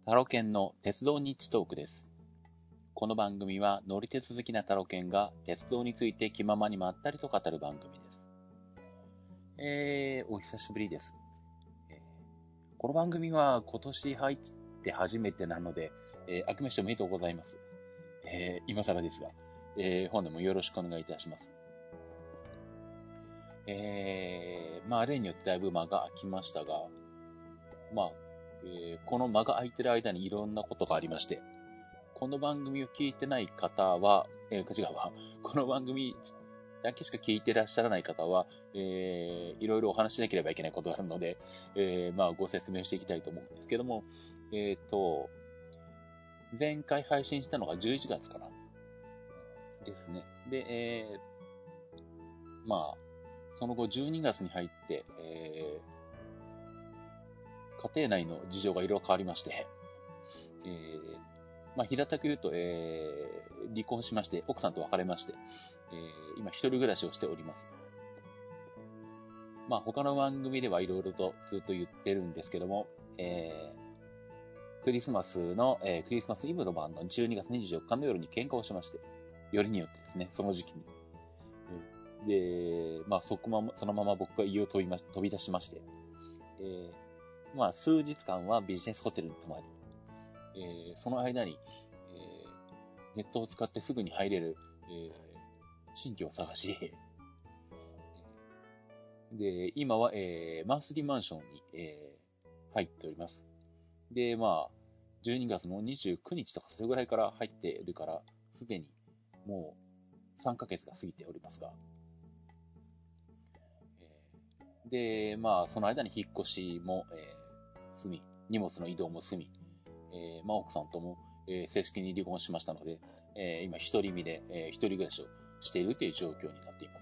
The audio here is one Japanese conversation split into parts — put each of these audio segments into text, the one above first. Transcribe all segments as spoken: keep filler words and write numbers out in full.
タロケンの鉄道日トークです。この番組は乗り鉄好きなタロケンが鉄道について気ままにまったりと語る番組です。えー、お久しぶりです。えー、この番組は今年入って初めてなので、えー、明けましておめでとうございます。えー、今更ですが、えー、本年もよろしくお願いいたします。えー、まあ例によってだいぶ間が空きましたが、まあ、えー、この間が空いてる間にいろんなことがありまして、この番組を聞いてない方は、えー、違うわ、この番組だけしか聞いてらっしゃらない方は、えー、いろいろお話ししなければいけないことがあるので、えー、まあご説明していきたいと思うんですけども、えっと、前回配信したのがじゅういちがつかなですね。で、えー、まあ、その後じゅうにがつに入って、えー、家庭内の事情がいろいろ変わりまして、えー、まあ、平たく言うと、えー、離婚しまして、奥さんと別れまして、えー、今一人暮らしをしております。まあ、他の番組ではいろいろとずっと言ってるんですけども、えー、クリスマスの、えー、クリスマスイブの晩のじゅうにがつにじゅうよっかの夜に喧嘩をしまして、よりによってですね、その時期に。で、まあ、そこまま、そのまま僕が家を飛びま、飛び出しまして、えー、まあ、数日間はビジネスホテルに泊まり、えー、その間に、えー、ネットを使ってすぐに入れる、えー、新居を探し、で、今は、えー、マンスリーマンションに、えー、入っております。で、まあ、じゅうにがつのにじゅうくにちとかそれぐらいから入っているから、すでにもうさんかげつが過ぎておりますが、えー、で、まあ、その間に引っ越しも、えー、済み、荷物の移動も済み、えー、まあ、奥さんとも、えー、正式に離婚しましたので、えー、今一人身で、えー、一人暮らしをしているという状況になっています。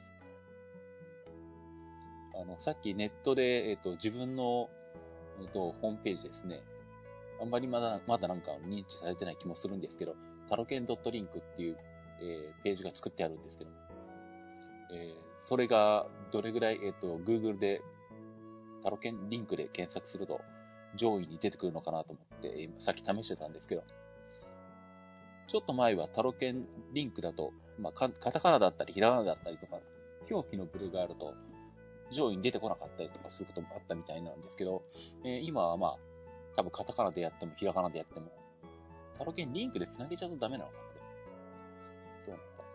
あの、さっきネットで、えっと、自分の、えっと、ホームページですね。あんまりまだ、まだなんか認知されてない気もするんですけど、タロケン .link っていう、えー、ページが作ってあるんですけども、えー、それがどれぐらい、えっと、Google でタロケンリンクで検索すると上位に出てくるのかなと思って、今さっき試してたんですけど、ちょっと前はタロケンリンクだと、まあ、カタカナだったり、ひらがなだったりとか、表記のブレがあると、上位に出てこなかったりとかすることもあったみたいなんですけど、えー、今はまあ、多分カタカナでやっても、ひらがなでやっても、タロケンリンクで繋げちゃうとダメなのかなこれ。どうなのか。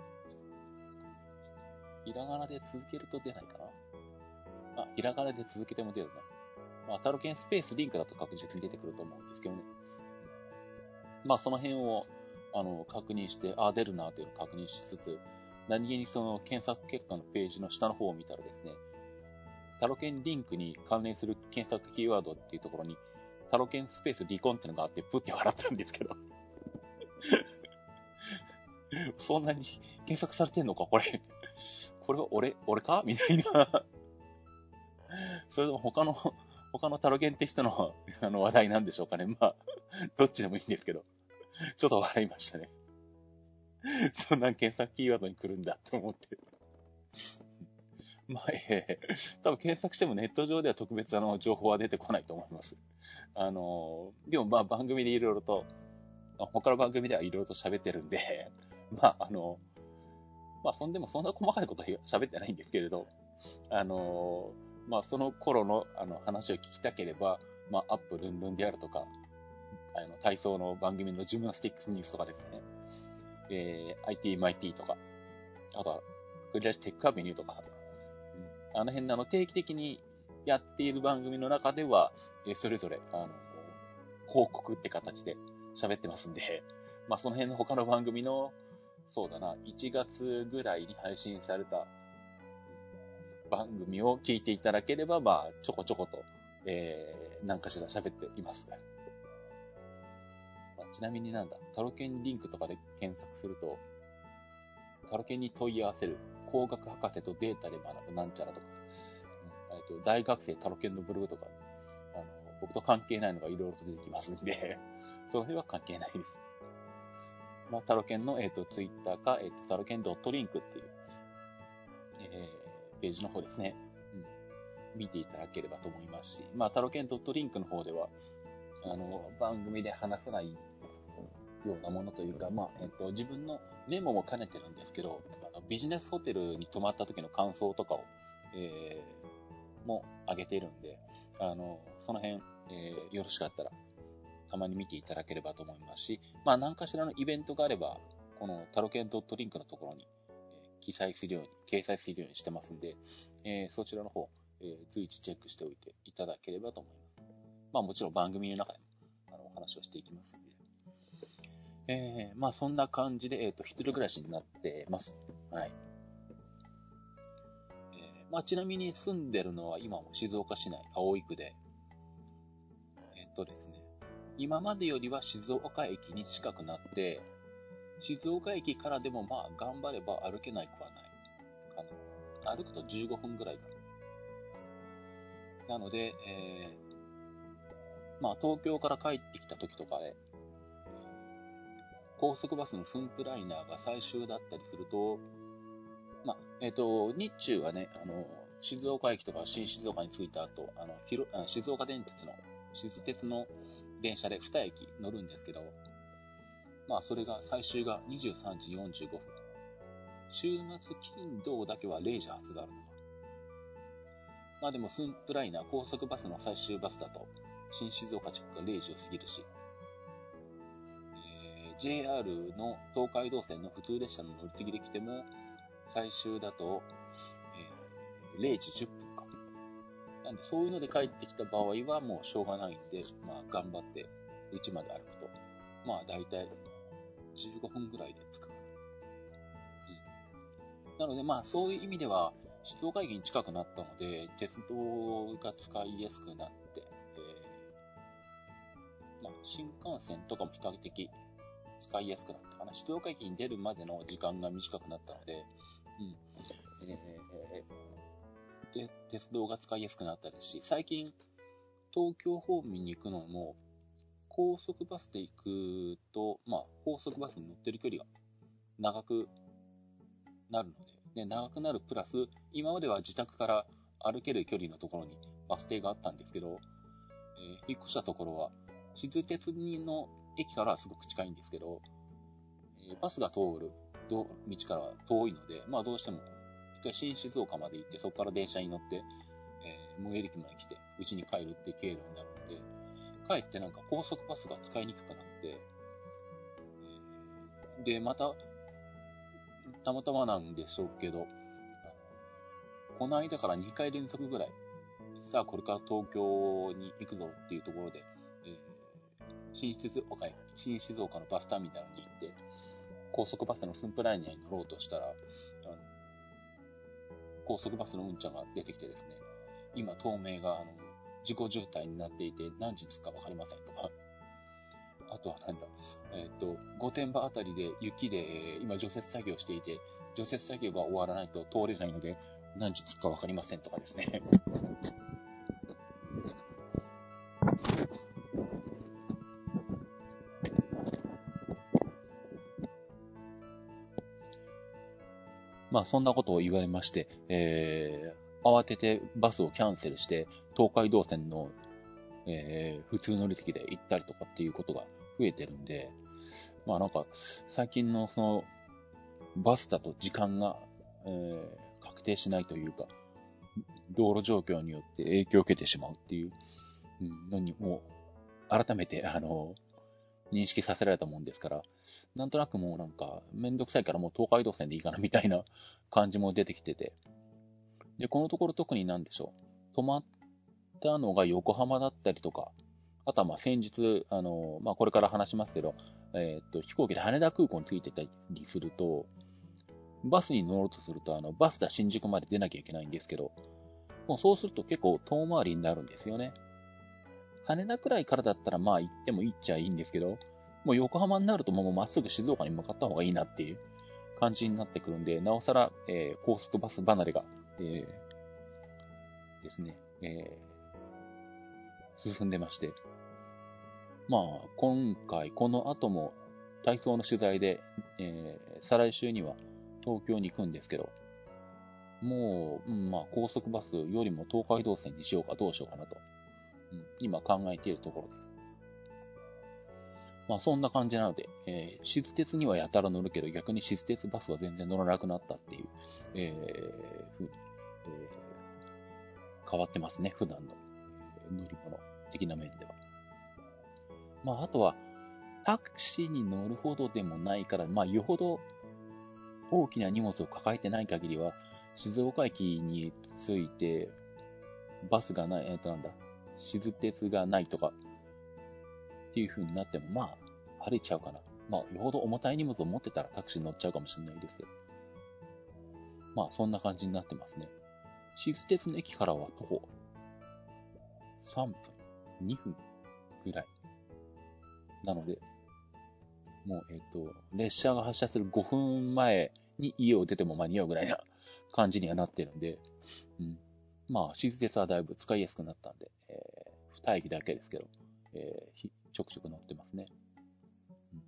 ひらがなで続けると出ないかな。あ、ひらがなで続けても出るな。まあ、タロケンスペースリンクだと確実に出てくると思うんですけどね。まあ、その辺を、あの、確認して、あ、出るなというのを確認しつつ、何気にその検索結果のページの下の方を見たらですね、タロケンリンクに関連する検索キーワードっていうところに、タロケンスペース離婚ってのがあって、プって笑ったんですけど。そんなに検索されてんのかこれ。これは俺、俺かみたいな。それとも他の、他のタロケンって人のあの話題なんでしょうかね。まあ、どっちでもいいんですけど。ちょっと笑いましたね。そんな検索キーワードに来るんだと思って。まあ、えー、多分検索してもネット上では特別なの情報は出てこないと思います。あのー、でもまあ番組でいろいろと、他の番組ではいろいろと喋ってるんで、まああの、まあそんでもそんな細かいことは喋ってないんですけれど、あのー、まあその頃のあの話を聞きたければ、まあアップルンルンであるとか、あの体操の番組のジムナスティックスニュースとかですね、えー、アイティー マイティーとか、あとは、クリアシテックアベニューとか、あの辺のあの定期的にやっている番組の中では、えそれぞれ、あの、報告って形で喋ってますんで、まあその辺の他の番組の、そうだな、いちがつぐらいに配信された番組を聞いていただければ、まあちょこちょこと、えー、何かしら喋っています。まあ、ちなみになんだ、タロケンリンクとかで検索すると、タロケンに問い合わせる工学博士とデータで学ぶなんちゃらとか、えっと、大学生タロケンのブログとか、あの、僕と関係ないのがいろいろと出てきますんで、その辺は関係ないです。まあ、タロケンの、えっと、ツイッターか、えっと、タロケン .link っていう、えー、ページの方ですね。うん。見ていただければと思いますし、まあ、タロケン .link の方では、 あの、番組で話さないようなものというか、まあ、えっと、自分のメモも兼ねてるんですけど、あのビジネスホテルに泊まった時の感想とかを、えー、も上げているんで、あの、その辺、えー、よろしかったら、たまに見ていただければと思いますし、まあ、何かしらのイベントがあれば、このタロケンドットリンクのところに、えー、記載するように、掲載するようにしてますんで、えー、そちらの方、えー、随時チェックしておいていただければと思います。まあ、もちろん番組の中でも、あの、お話をしていきますんで。えー、まあ、そんな感じで、えっと、一人暮らしになってます。はい。えー、まあ、ちなみに住んでるのは今も静岡市内、葵区で、えっとですね、今までよりは静岡駅に近くなって、静岡駅からでもまあ頑張れば歩けないくはないかな。歩くとじゅうごふんぐらいかな。なので、えー、まあ東京から帰ってきた時とかで、高速バスのスンプライナーが最終だったりすると、まあ、えっ、ー、と、日中はね、あの、静岡駅とか新静岡に着いた後、あの、広あの静岡電鉄の、静鉄の電車でに駅乗るんですけど、まあそれが最終がにじゅうさんじよんじゅうごふん。週末金土だけはれいじ発があるのか。まあでもスンプライナー高速バスの最終バスだと新静岡着がれいじを過ぎるし、えー、ジェイアール の東海道線の普通列車の乗り継ぎで来ても最終だと、えー、れいじじゅっぷんか。なんでそういうので帰ってきた場合はもうしょうがないんで、まあ頑張って家まで歩くと、まあ大体じゅうごふんぐらいで着く。うん、なのでまあそういう意味では静岡駅に近くなったので、鉄道が使いやすくなって、えー、まあ新幹線とかも比較的使いやすくなったかな。静岡駅に出るまでの時間が短くなったので、うん。えー、で、鉄道が使いやすくなったですし、最近東京方面に行くのも、高速バスで行くと、まあ、高速バスに乗ってる距離が長くなるので、で長くなるプラス、今までは自宅から歩ける距離のところにバス停があったんですけど、えー、引っ越したところは、静鉄の駅からはすごく近いんですけど、えー、バスが通る道からは遠いので、まあどうしても、一回新静岡まで行って、そこから電車に乗って、えー、最寄り駅まで来て、家に帰るって経路になるので、帰ってなんか高速バスが使いにくくなって、えー、で、また、たまたまなんでしょうけど、この間からにかい連続ぐらい、さあこれから東京に行くぞっていうところで、えー、新静岡、新静岡のバスターミナルに行って、高速バスのスンプライナーに乗ろうとしたら、あの高速バスのうんちゃんが出てきてですね、今東名があの事故渋滞になっていて何時に着くかわかりませんとか、あとはなんだ、えっと、御殿場あたりで雪で、えー、今除雪作業していて、除雪作業が終わらないと通れないので、何時着くかわかりませんとかですね。まあそんなことを言われまして、えー、慌ててバスをキャンセルして、東海道線の、えー、普通乗り継ぎで行ったりとかっていうことが増えてるんで、まあなんか、最近のその、バスだと時間が、えー、確定しないというか、道路状況によって影響を受けてしまうっていうのに、もう、改めて、あの、認識させられたもんですから、なんとなくもうなんか、めんどくさいからもう東海道線でいいかなみたいな感じも出てきてて。で、このところ特になんでしょう。止まったのが横浜だったりとか、あとはまあ先日、あの、まあこれから話しますけど、えー、っと、飛行機で羽田空港に着いてたりすると、バスに乗ろうとすると、あの、バスだ新宿まで出なきゃいけないんですけど、もうそうすると結構遠回りになるんですよね。羽田くらいからだったらまあ行ってもいいっちゃいいんですけど、もう横浜になるともうまっすぐ静岡に向かった方がいいなっていう感じになってくるんで、なおさら、えー、高速バス離れが、えー、ですね、えー、進んでまして。まあ、今回、この後も体操の取材で、えー、再来週には東京に行くんですけど、もう、うん、まあ、高速バスよりも東海道線にしようかどうしようかなと、うん、今考えているところです。 まあそんな感じなので、えー、私鉄にはやたら乗るけど、逆に私鉄バスは全然乗らなくなったっていう、えー、ふうに、えー、変わってますね、普段の、えー、乗り物的な面では。まああとは、タクシーに乗るほどでもないから、まあよほど大きな荷物を抱えてない限りは、静岡駅に着いて、バスがない、えっとなんだ、静鉄がないとか、っていう風になっても、まあ、歩いちゃうかな。まあ、よほど重たい荷物を持ってたらタクシーに乗っちゃうかもしれないですけど。まあ、そんな感じになってますね。静鉄の駅からは徒歩さんぷん、にふんぐらい。なので、もう、えっと、列車が発車するごふんまえに家を出ても間に合うぐらいな感じにはなってるんで、うん。まあ、静鉄はだいぶ使いやすくなったんで、えー、に駅だけですけど、えー、ちょくちょく乗ってますね。うん、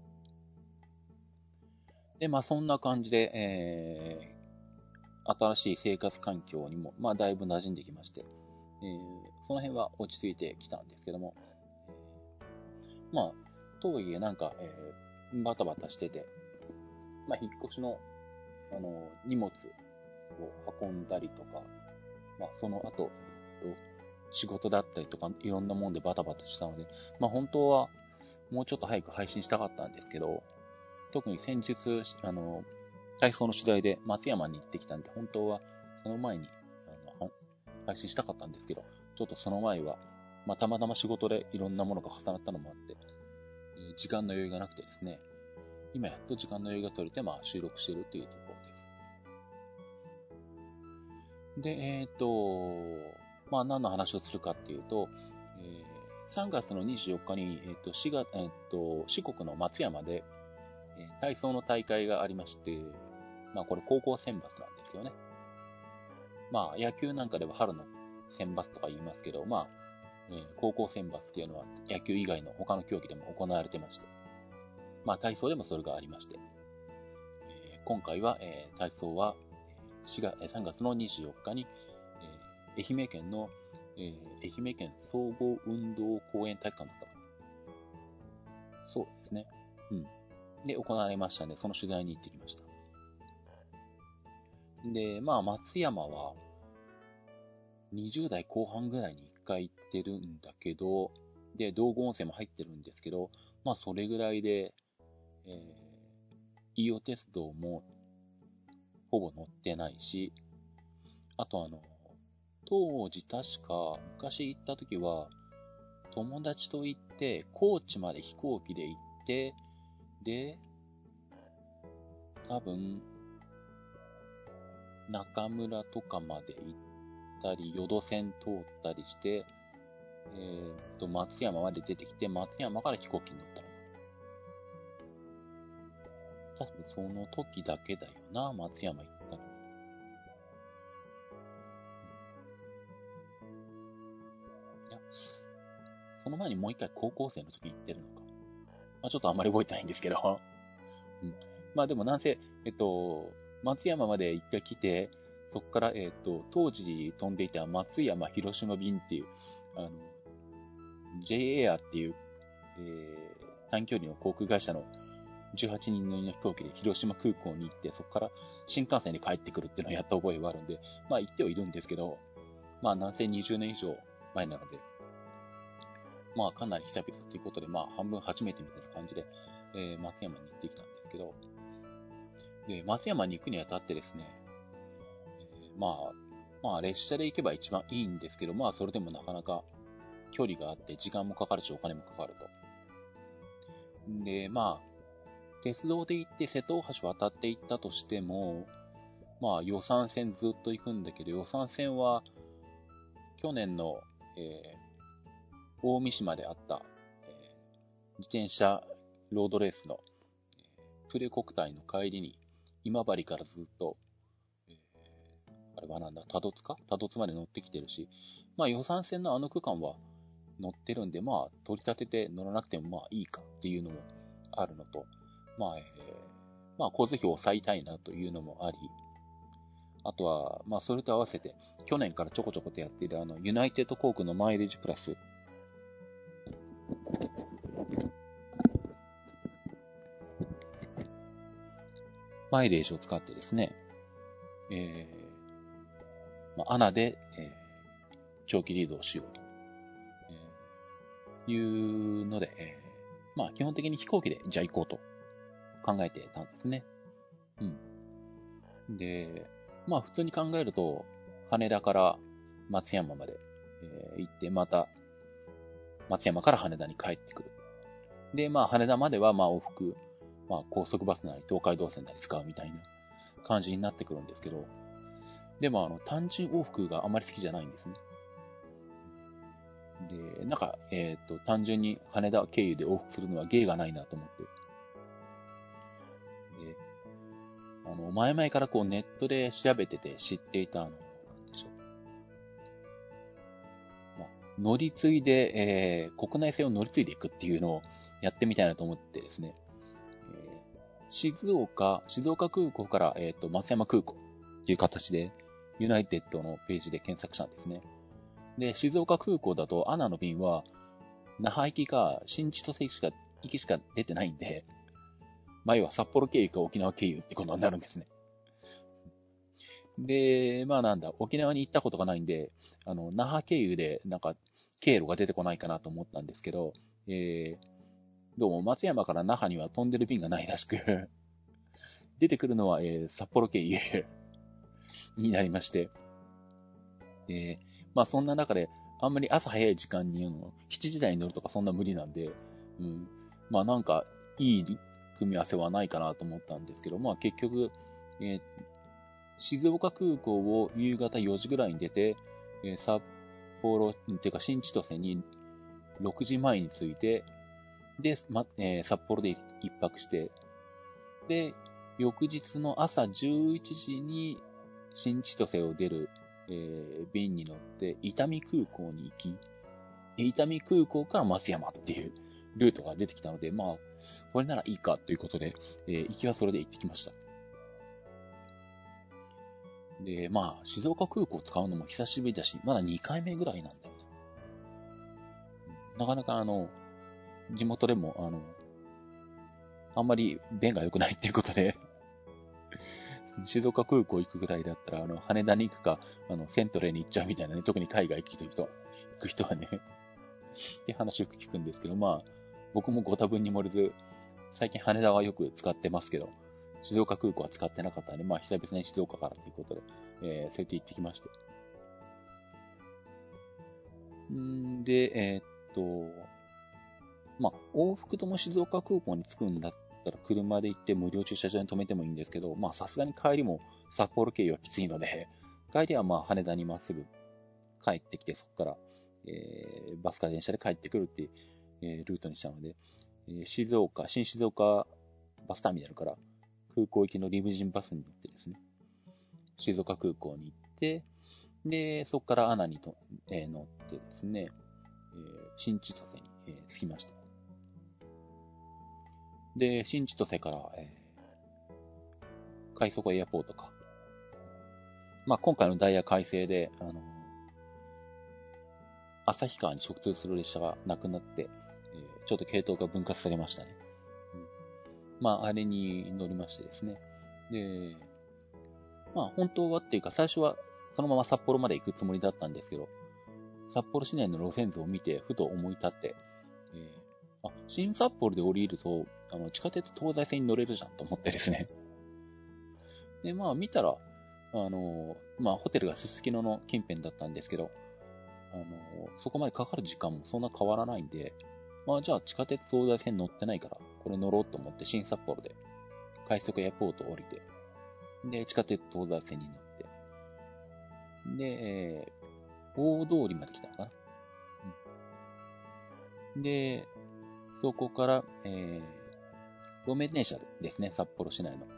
で、まあそんな感じで、えー、新しい生活環境にも、まあだいぶ馴染んできまして、えー、その辺は落ち着いてきたんですけども、えー、まあ、とはいえなんか、えー、バタバタしてて、まあ引っ越しの、あの、荷物を運んだりとか、まあその後、仕事だったりとか、いろんなもんでバタバタしたので、まあ本当はもうちょっと早く配信したかったんですけど、特に先日、あの、体操の取材で松山に行ってきたんで、本当はその前にあの配信したかったんですけど、ちょっとその前は、まあ、たまたま仕事でいろんなものが重なったのもあって、えー、時間の余裕がなくてですね、今やっと時間の余裕が取れて、まあ収録しているというところです。で、えっと、まあ何の話をするかっていうと、えー、さんがつのにじゅうよっかに、えっと、四月、えっと、四国の松山で、えー、体操の大会がありまして、まあこれ高校選抜なんですけどね。まあ野球なんかでは春の選抜とか言いますけど、まあ、えー、高校選抜っていうのは野球以外の他の競技でも行われてまして、まあ体操でもそれがありまして、えー、今回は、えー、体操はしがつさんがつのにじゅうよっかに、えー、愛媛県の、えー、愛媛県総合運動公園体育館だったかな。そうですね。うん。で、行われましたね。その取材に行ってきました。で、まあ、松山は、にじゅう代後半ぐらいにいっかい行ってるんだけど、で、道後温泉も入ってるんですけど、まあ、それぐらいで、えー、伊予鉄道も、ほぼ乗ってないし、あとあの、当時確か、昔行った時は、友達と行って、高知まで飛行機で行って、で、多分、中村とかまで行ったり、淀線通ったりして、えー、っと、松山まで出てきて、松山から飛行機に乗ったの。多分その時だけだよな、松山行ったの。いや、その前にもう一回高校生の時行ってるのか。まあちょっとあんまり覚えてないんですけど。うん。まあでもなんせ、えっと、松山まで一回来て、そこから、えっと、当時飛んでいた松山広島便っていう、あの、ジェイエーアール っていう、えー、短距離の航空会社のじゅうはちにん乗りの飛行機で広島空港に行って、そこから新幹線で帰ってくるっていうのをやった覚えがあるんで、まあ行ってはいるんですけど、まあなんせにじゅうねん以上前なので、まあかなり久々ということで、まあ半分初めてみたいな感じで、えー、松山に行ってきたんですけど、で、松山に行くにあたってですね、えー、まあ、まあ列車で行けば一番いいんですけど、まあそれでもなかなか距離があって時間もかかるしお金もかかると。で、まあ、鉄道で行って瀬戸大橋渡って行ったとしても、まあ予算線ずっと行くんだけど、予算線は去年の、えー、大三島であった、えー、自転車ロードレースの、えー、プレ国体の帰りに今治からずっと、えー、あれはなんだ、多度津か多度津まで乗ってきてるし、まあ予算線のあの区間は乗ってるんで、まあ取り立てて乗らなくてもまあいいかっていうのもあるのと、まあ、えー、まあ交通費を抑えたいなというのもあり、あとは、まあそれと合わせて、去年からちょこちょことやっているあの、ユナイテッド航空のマイレージプラス。 マイレージを使ってですね、えー、まあ、アナで、えー、長期リードをしようと、えー、いうので、えー、まあ基本的に飛行機でじゃあ行こうと考えてたんですね。うん。で、まあ普通に考えると、羽田から松山まで、えー、行って、また松山から羽田に帰ってくる。で、まあ羽田まではまあ往復、まあ高速バスなり東海道線なり使うみたいな感じになってくるんですけど、でもあの単純往復があまり好きじゃないんですね。で、なんか、えっと、単純に羽田経由で往復するのは芸がないなと思って。で、あの、前々からこうネットで調べてて知っていた、あの、なんでしょう。まあ、乗り継いで、えー、国内線を乗り継いでいくっていうのをやってみたいなと思ってですね。えー、静岡、静岡空港から、えっと、松山空港っていう形で、ユナイテッドのページで検索したんですね。で、静岡空港だと、アナの便は、那覇行きか、新千歳行きしか出てないんで、前は札幌経由か沖縄経由ってことになるんですね。で、まあなんだ、沖縄に行ったことがないんで、あの、那覇経由で、なんか、経路が出てこないかなと思ったんですけど、えー、どうも松山から那覇には飛んでる便がないらしく出てくるのは、えー、札幌経由になりまして、えー、まあそんな中で、あんまり朝早い時間に、しちじ台に乗るとかそんな無理なんで、うん、まあなんか、いい組み合わせはないかなと思ったんですけど、まあ結局、えー、静岡空港を夕方よじぐらいに出て、えー、札幌、っていうか新千歳にろくじまえに着いて、で、まえー、札幌で一泊して、で、翌日の朝じゅういちじに新千歳を出る、えー、便に乗って伊丹空港に行き、伊丹空港から松山っていうルートが出てきたので、まあ、これならいいかということで、えー、行きはそれで行ってきました。で、まあ、静岡空港を使うのも久しぶりだし、まだにかいめぐらいなんだよね。なかなかあの、地元でも、あの、あんまり便が良くないっていうことで静岡空港行くぐらいだったら、あの、羽田に行くか、あの、セントレーに行っちゃうみたいなね、特に海外行く人、行く人はねって話を聞くんですけど、まあ、僕もご多分に漏れず、最近羽田はよく使ってますけど、静岡空港は使ってなかったんで、まあ久々に静岡からということで、えー、そうやって行ってきまして。んで、えー、っと、まあ、往復とも静岡空港に着くんだったら車で行って無料駐車場に止めてもいいんですけど、まあさすがに帰りも札幌経由はきついので、帰りはまあ羽田にまっすぐ帰ってきて、そこから、えー、バスか電車で帰ってくるっていう、えー、ルートにしたので、えー、静岡、新静岡バスターミナルから空港行きのリムジンバスに乗ってですね、静岡空港に行って、で、そこからアナにと、えー、乗ってですね、えー、新千歳に、えー、着きました。で、新千歳から、えー、快速エアポートか。まあ、今回のダイヤ改正で、あのー、旭川に直通する列車がなくなって、えー、ちょっと系統が分割されましたね。うん、まあ、あれに乗りましてですね。で、まあ、本当はっていうか、最初はそのまま札幌まで行くつもりだったんですけど、札幌市内の路線図を見て、ふと思い立って、えー、あ、新札幌で降りると、あの、地下鉄東西線に乗れるじゃんと思ってですね。で、まあ見たら、あの、まあホテルがすすきのの近辺だったんですけど、あの、そこまでかかる時間もそんな変わらないんで、まあじゃあ地下鉄東西線乗ってないから、これ乗ろうと思って新札幌で、快速エアポート降りて、で、地下鉄東西線に乗って、で、えー、大通りまで来たのかな。うん、で、そこから、えー、路面電車ですね、札幌市内の。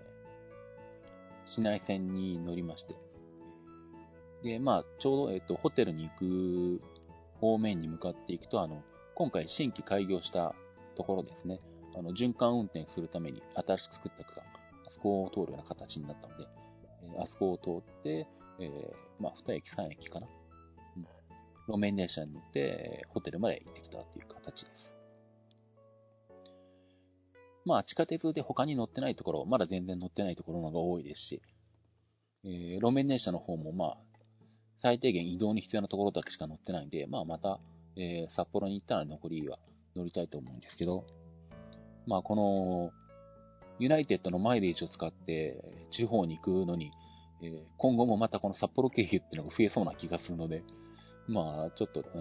市内線に乗りまして。で、まあ、ちょうど、えっと、ホテルに行く方面に向かっていくと、あの、今回新規開業したところですね。あの、循環運転するために新しく作った区間、あそこを通るような形になったので、えー、あそこを通って、えー、まあ、に駅、さん駅かな。うん。路面電車に乗って、ホテルまで行ってきたという形です。 まあ地下鉄で他に乗ってないところ、まだ全然乗ってないところの方が多いですし、えー、路面電車の方もまあ、最低限移動に必要なところだけしか乗ってないんで、まあまた、えー、札幌に行ったら残りは乗りたいと思うんですけど、まあこの、ユナイテッドのマイレージを使って地方に行くのに、えー、今後もまたこの札幌経由っていうのが増えそうな気がするので、まあちょっと、うん、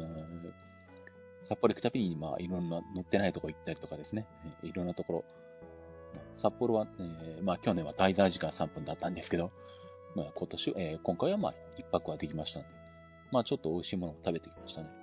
札幌行くたびに、まあいろんな乗ってないところ行ったりとかですね、いろんなところ、札幌は、えー、まあ去年は滞在時間さんぷんだったんですけど、まあ今年、えー、今回はまあ一泊はできましたんで、まあちょっと美味しいものを食べてきましたね。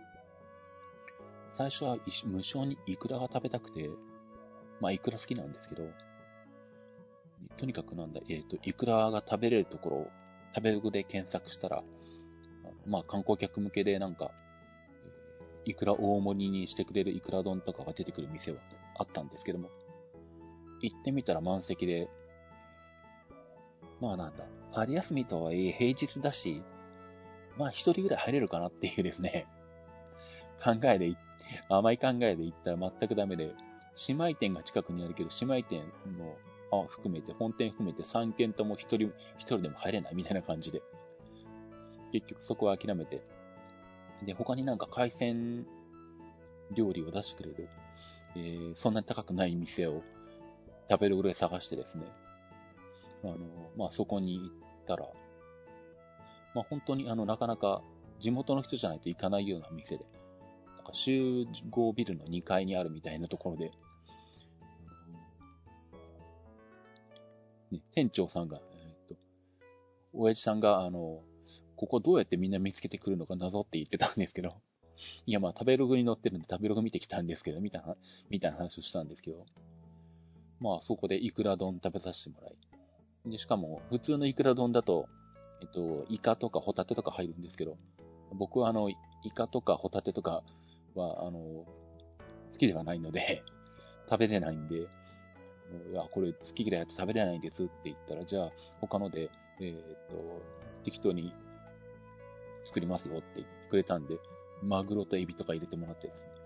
最初は無性にイクラが食べたくて、まあイクラ好きなんですけど、とにかくなんだ、えっと、イクラが食べれるところを食べログで検索したら、まあ観光客向けでなんか、イクラ大盛りにしてくれるイクラ丼とかが出てくる店はあったんですけども、行ってみたら満席で、まあなんだ、春休みとはいえ平日だし、まあ一人ぐらい入れるかなっていうですね、考えで、甘い考えで行ったら全くダメで、姉妹店が近くにあるけど、姉妹店の、あ、含めて、本店含めてさんけんとも一人、一人でも入れないみたいな感じで、結局そこは諦めて、で、他になんか海鮮料理を出してくれる、えー、そんなに高くない店を食べるぐらい探してですね、あの、まあ、そこに行ったら、まあ、本当にあの、なかなか地元の人じゃないと行かないような店で、なんか集合ビルのにかいにあるみたいなところで、ね、店長さんが、えー、っと、親父さんが、あの、ここどうやってみんな見つけてくるのか謎って言ってたんですけど、いや、まあ、食べログに載ってるんで食べログ見てきたんですけど、みたいな、みたいな話をしたんですけど、まあ、そこでイクラ丼食べさせてもらい。で、しかも、普通のイクラ丼だと、えっと、イカとかホタテとか入るんですけど、僕はあの、イカとかホタテとかは、あの、好きではないので、食べれないんで、いや、これ好き嫌いやって食べれないんですって言ったら、じゃあ、他ので、えー、っと、適当に作りますよって言ってくれたんで、マグロとエビとか入れてもらってですね、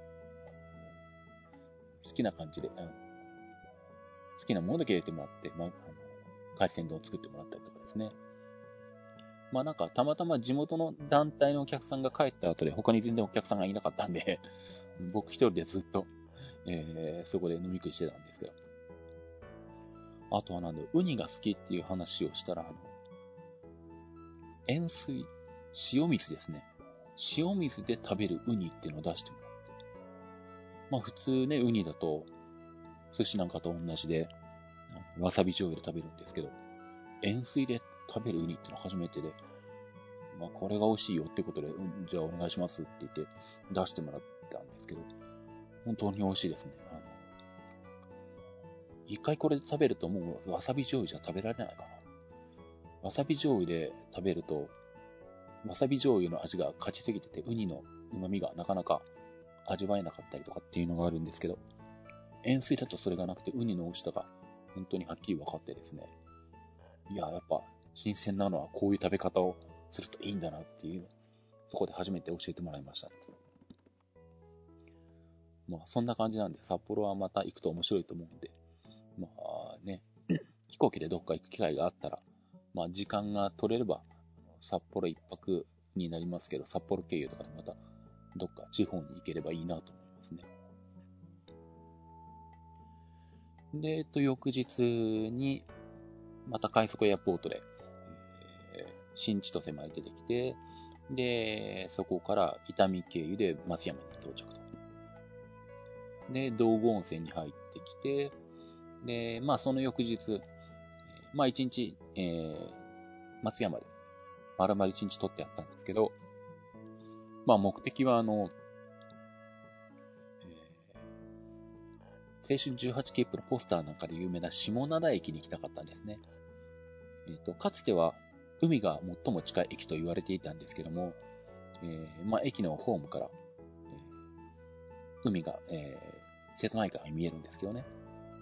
好きな感じで、好きなものだけ入れてもらって、まあ、あの海鮮丼を作ってもらったりとかですね。まあなんか、たまたま地元の団体のお客さんが帰った後で、他に全然お客さんがいなかったんで、僕一人でずっと、えー、そこで飲み食いしてたんですけど。あとはなんだろう、ウニが好きっていう話をしたら、あの、塩水、塩水ですね。塩水で食べるウニっていうのを出してもらって。まあ普通ね、ウニだと、寿司なんかと同じで、わさび醤油で食べるんですけど、塩水で食べるウニってのは初めてで、まあこれが美味しいよってことで、うん、じゃあお願いしますって言って出してもらったんですけど、本当に美味しいですね。あの、一回これで食べるともうわさび醤油じゃ食べられないかな。わさび醤油で食べると、わさび醤油の味が勝ちすぎてて、ウニの旨味がなかなか味わえなかったりとかっていうのがあるんですけど、塩水だとそれがなくて、ウニの美味しさが本当にはっきり分かってですね。いや、やっぱ新鮮なのはこういう食べ方をするといいんだなっていうのを、そこで初めて教えてもらいました。まあそんな感じなんで、札幌はまた行くと面白いと思うんで、まあね、飛行機でどっか行く機会があったら、まあ時間が取れれば、札幌一泊になりますけど、札幌経由とかでまたどっか地方に行ければいいなと思いますね。で、えっと、翌日に、また快速エアポートで、えー、新千歳まで出てきて、で、そこから伊丹経由で松山に到着と。で、道後温泉に入ってきて、で、まあその翌日、まあ一日、えー、松山で、丸々一日取ってやったんですけど、まあ目的はあの、青春じゅうはち切符のポスターなんかで有名な下灘駅に行きたかったんですね。えっと、かつては海が最も近い駅と言われていたんですけども、えー、まあ駅のホームから、えー、海が、えー、瀬戸内海に見えるんですけどね。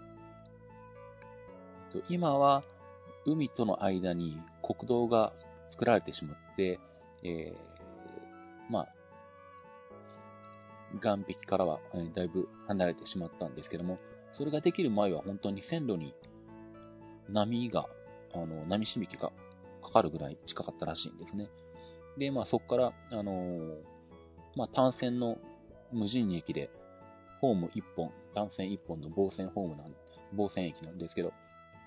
えっと、今は海との間に国道が作られてしまって、えー、まあ、岸壁からは、えー、だいぶ離れてしまったんですけども、 それができる前は本当に線路に波が、あの、波しぶきがかかるぐらい近かったらしいんですね。で、まあそこから、あのー、まあ単線の無人駅で、ホームいっぽん、単線いっぽんの防線ホームなん、防線駅なんですけど、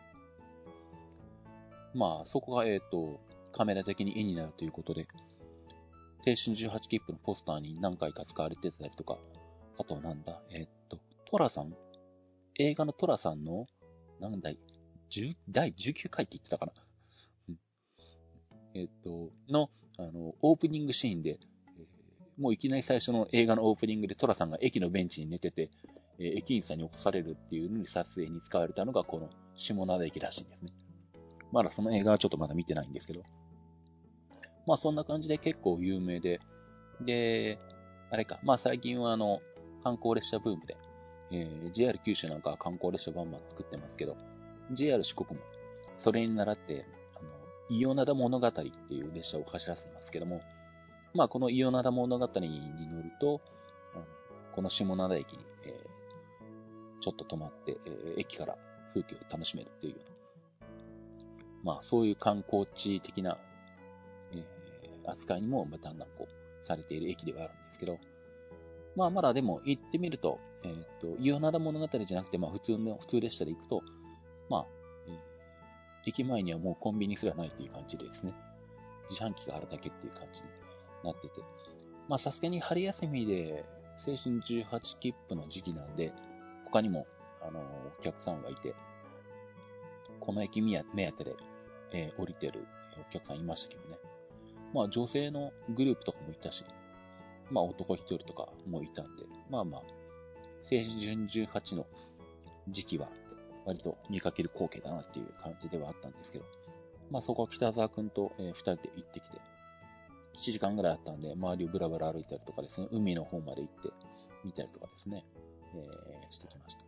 まあそこが、えっと、カメラ的に絵になるということで、青春じゅうはち切符のポスターに何回か使われてたりとか、あとなんだ、えっと、トラさん映画のトラさんの、何だい、だいじゅうきゅうかいって言ってたかな、うん、えっと、の、あの、オープニングシーンで、えー、もういきなり最初の映画のオープニングでトラさんが駅のベンチに寝てて、えー、駅員さんに起こされるっていうのに撮影に使われたのがこの下灘駅らしいんですね。まだその映画はちょっとまだ見てないんですけど。まあそんな感じで結構有名で、で、あれか、まあ最近はあの、観光列車ブームで、えー、ジェイアール 九州なんかは観光列車バンバン作ってますけど、ジェイアール 四国もそれに倣って、あの、伊予灘物語っていう列車を走らせてますけども、まあこの伊予灘物語に乗ると、あのこの下灘駅に、えー、ちょっと止まって、えー、駅から風景を楽しめるっていうような、まあそういう観光地的な、えー、扱いにもだんだんこうされている駅ではあるんですけど、まあまだでも行ってみると、えっと、伊予灘物語じゃなくて、まあ普通の、普通列車で行くと、まあ、えー、駅前にはもうコンビニすらないっていう感じでですね、自販機があるだけっていう感じになってて、まあさすがに春休みで青春じゅうはち切符の時期なんで、他にも、あのー、お客さんがいて、この駅目当てで、えー、降りてるお客さんいましたけどね。まあ女性のグループとかもいたし、まあ男一人とかもいたんで、まあまあ、青春じゅうはちの時期は割と見かける光景だなっていう感じではあったんですけど、まあそこは北沢くんと、えー、二人で行ってきて、いちじかんぐらいあったんで、周りをブラブラ歩いたりとかですね、海の方まで行って見たりとかですね、えー、してきました。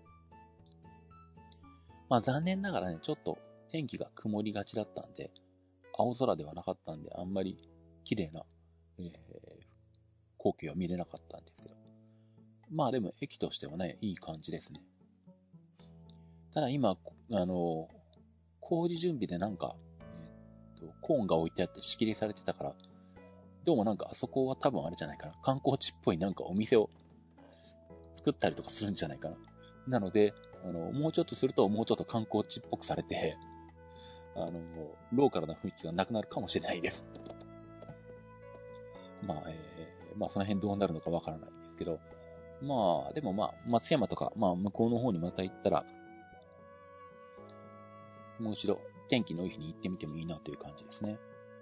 まあ残念ながらね、ちょっと天気が曇りがちだったんで、青空ではなかったんで、あんまり綺麗な、えー、光景は見れなかったんですけど。まあでも駅としてはね、いい感じですね。ただ今、あの、工事準備でなんか、えー、っと、コーンが置いてあって仕切りされてたから、どうもなんかあそこは多分あれじゃないかな。観光地っぽいなんかお店を作ったりとかするんじゃないかな。なので、あの、もうちょっとするともうちょっと観光地っぽくされて、あの、ローカルな雰囲気がなくなるかもしれないです。まあ、えー、まあその辺どうなるのかわからないんですけど、まあ、でもまあ、松山とか、まあ向こうの方にまた行ったら、もう一度天気のいい日に行ってみてもいいなという感じですね。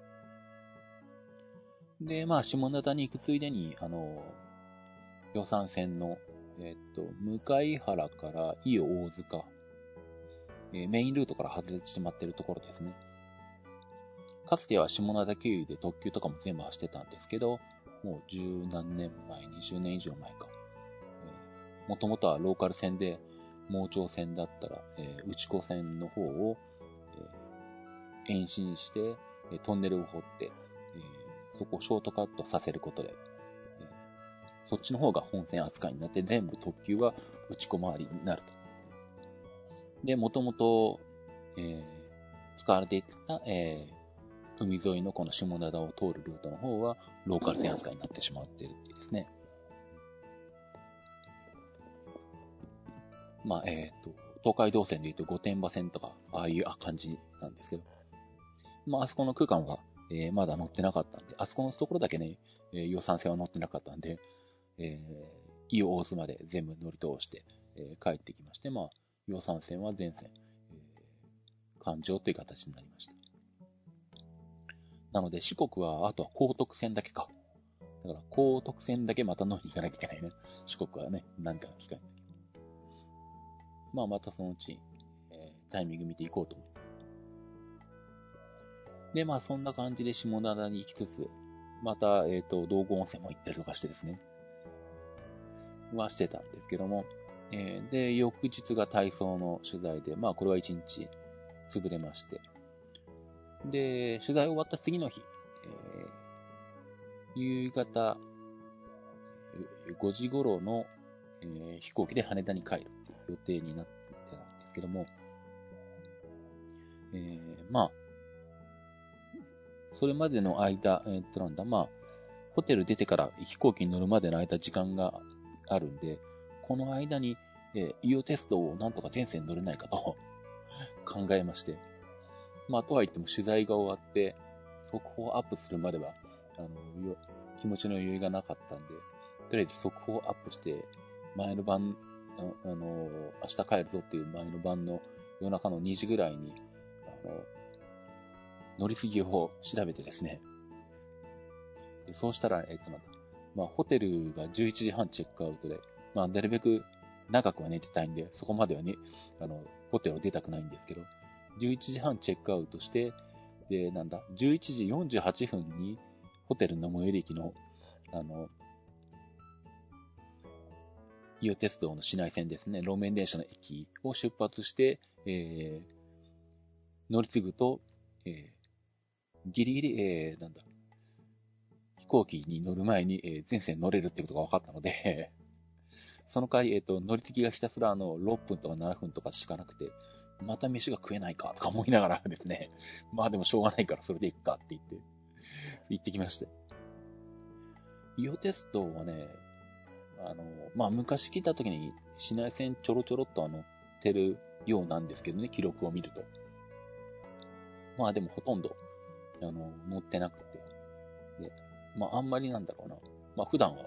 で、まあ、下灘に行くついでに、あの、予算線の、えっと、向原から伊予大塚、えー、メインルートから外れてしまっているところですね。かつては下灘経由で特急とかも全部走ってたんですけど、もう十何年前、にじゅうねん以上前か。もともとはローカル線で、盲腸線だったら、えー、内子線の方を、えー、延伸して、トンネルを掘って、えー、そこをショートカットさせることで、えー、そっちの方が本線扱いになって全部特急は内子回りになると。で、もともと、えー、使われていた、えー、海沿いのこの下灘を通るルートの方はローカル線扱いになってしまっているっていうですね。まあ、えっと、東海道線で言うと御殿場線とか、ああいう感じなんですけど、まあ、あそこの区間は、えー、まだ乗ってなかったんで、あそこのところだけね、えー、予算線は乗ってなかったんで、えー、伊予大津まで全部乗り通して、えー、帰ってきまして、まあ、予算線は全線、えー、環状という形になりました。なので、四国は、あとは高徳線だけか。だから、高徳線だけまた乗りに行かなきゃいけないね。四国はね、何かの機会の時。まあ、またそのうち、えー、タイミング見ていこうと思う。で、まあ、そんな感じで下灘に行きつつ、また、えっと、道後温泉も行ったりとかしてですね、はしてたんですけども、えー、で、翌日が体操の取材で、まあ、これは一日潰れまして、で、取材終わった次の日、えー、夕方ごじ頃の、えー、飛行機で羽田に帰るっていう予定になってたんですけども、えー、まあ、それまでの間、えー、っとなんだ、まあ、ホテル出てから飛行機に乗るまでの間時間があるんで、この間に、えー、伊予鉄道をなんとか全線乗れないかと考えまして、まあ、とは言っても取材が終わって、速報アップするまでは、あの、気持ちの余裕がなかったんで、とりあえず速報アップして、前の晩、あ, あの、明日帰るぞっていう前の晩の夜中のにじぐらいに、あの、乗り継ぎを調べてですね。でそうしたら、えっと、なんだ、まあ、ホテルがじゅういちじはんチェックアウトで、まあ、なるべく長くは寝てたいんで、そこまではね、あの、ホテルを出たくないんですけど、じゅういちじはんチェックアウトして、で、なんだ、じゅういちじよんじゅうはっぷんに、ホテルの最寄り駅の、あの、伊予鉄道の市内線ですね、路面電車の駅を出発して、えー、乗り継ぐと、えー、ギリギリ、えー、なんだ、飛行機に乗る前に、えー、全線乗れるってことが分かったので、その代わり、えっと、乗り継ぎがひたすらあの、ろっぷんとかななふんとかしかなくて、また飯が食えないかとか思いながらですね、まあでもしょうがないからそれで行くかって言って、行ってきました。伊予鉄道はね、あの、まあ昔来た時に市内線ちょろちょろっとは乗ってるようなんですけどね、記録を見ると。まあでもほとんど、あの、乗ってなくて。で、まああんまりなんだろうな。まあ普段は、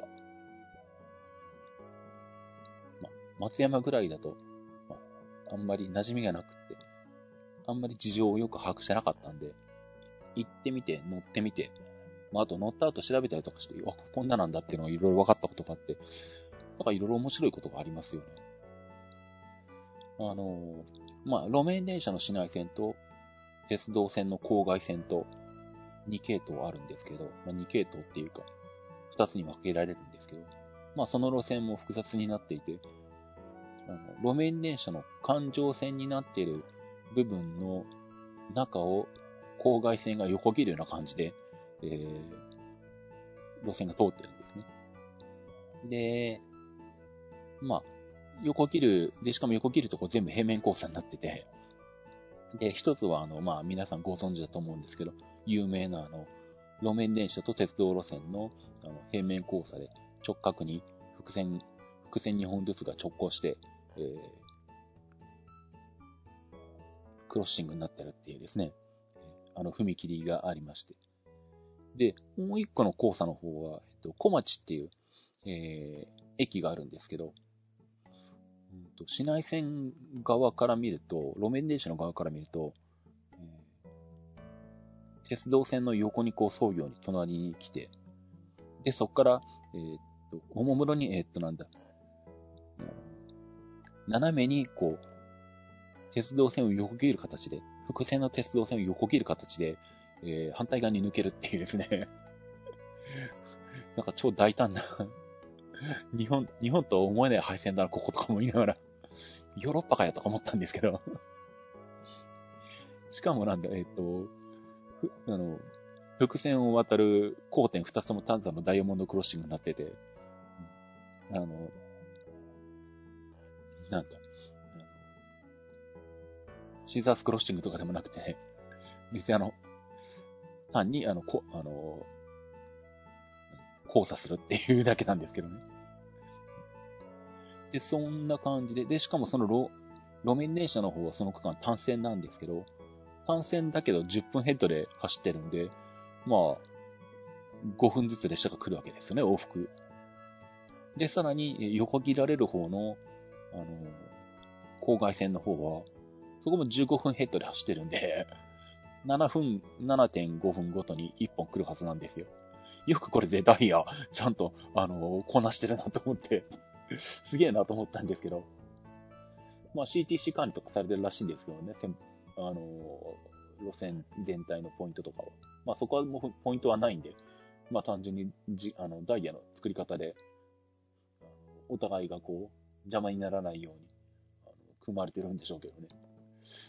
まあ松山ぐらいだと、まあ、あんまり馴染みがなくて、あんまり事情をよく把握してなかったんで、行ってみて、乗ってみて、まあ、あと乗った後調べたりとかして、あ、こんななんだっていうのがいろいろ分かったことがあって、なんかいろいろ面白いことがありますよね。あの、まあ、路面電車の市内線と、鉄道線の郊外線と、に系統あるんですけど、まあ、に系統っていうか、ふたつに分けられるんですけど、まあ、その路線も複雑になっていて、あの路面電車の環状線になっている部分の中を郊外線が横切るような感じで、えー、路線が通ってるんですね。で、まあ、横切る、で、しかも横切るとこ全部平面交差になってて、で、一つはあの、まあ皆さんご存知だと思うんですけど、有名なあの、路面電車と鉄道路線のあの平面交差で直角に複線、複線にほんずつが直行して、えー、クロッシングになってるっていうですね、あの踏切がありまして。で、もう一個の交差の方は、えっと、小町っていう、えー、駅があるんですけど、うんと、市内線側から見ると、路面電車の側から見ると、えー、鉄道線の横にこう沿うように隣に来て、で、そこから、えー、っと、おもむろに、えー、っと、なんだ、斜めにこう、鉄道線を横切る形で、複線の鉄道線を横切る形で、えー、反対側に抜けるっていうですね。なんか超大胆な日本、日本とは思えない配線だな、こことかも言いながら、ヨーロッパかよとか思ったんですけど。しかもなんだ、えっと、ふ、あの、伏線を渡る交点二つとも単座のダイヤモンドクロッシングになってて、あの、なんだ、シーザースクロッシングとかでもなくてね、別にあの、単にあの、こ、あの、交差するっていうだけなんですけどね。で、そんな感じで、で、しかもその路、路面電車の方はその区間単線なんですけど、単線だけどじゅっぷんヘッドで走ってるんで、まあ、ごふんずつ列車が来るわけですよね、往復。で、さらに横切られる方の、あの、郊外線の方は、そこもじゅうごふんヘッドで走ってるんで、ななふん、ななてんごふんごとにいっぽん来るはずなんですよ。よくこれでダイヤ、ちゃんと、あの、こなしてるなと思って、すげえなと思ったんですけど。まあ シーティーシー 管理とかされてるらしいんですけどね、あの、路線全体のポイントとかは。まあそこはもうポイントはないんで、まあ単純にじあのダイヤの作り方で、お互いがこう、邪魔にならないように、あの組まれてるんでしょうけどね。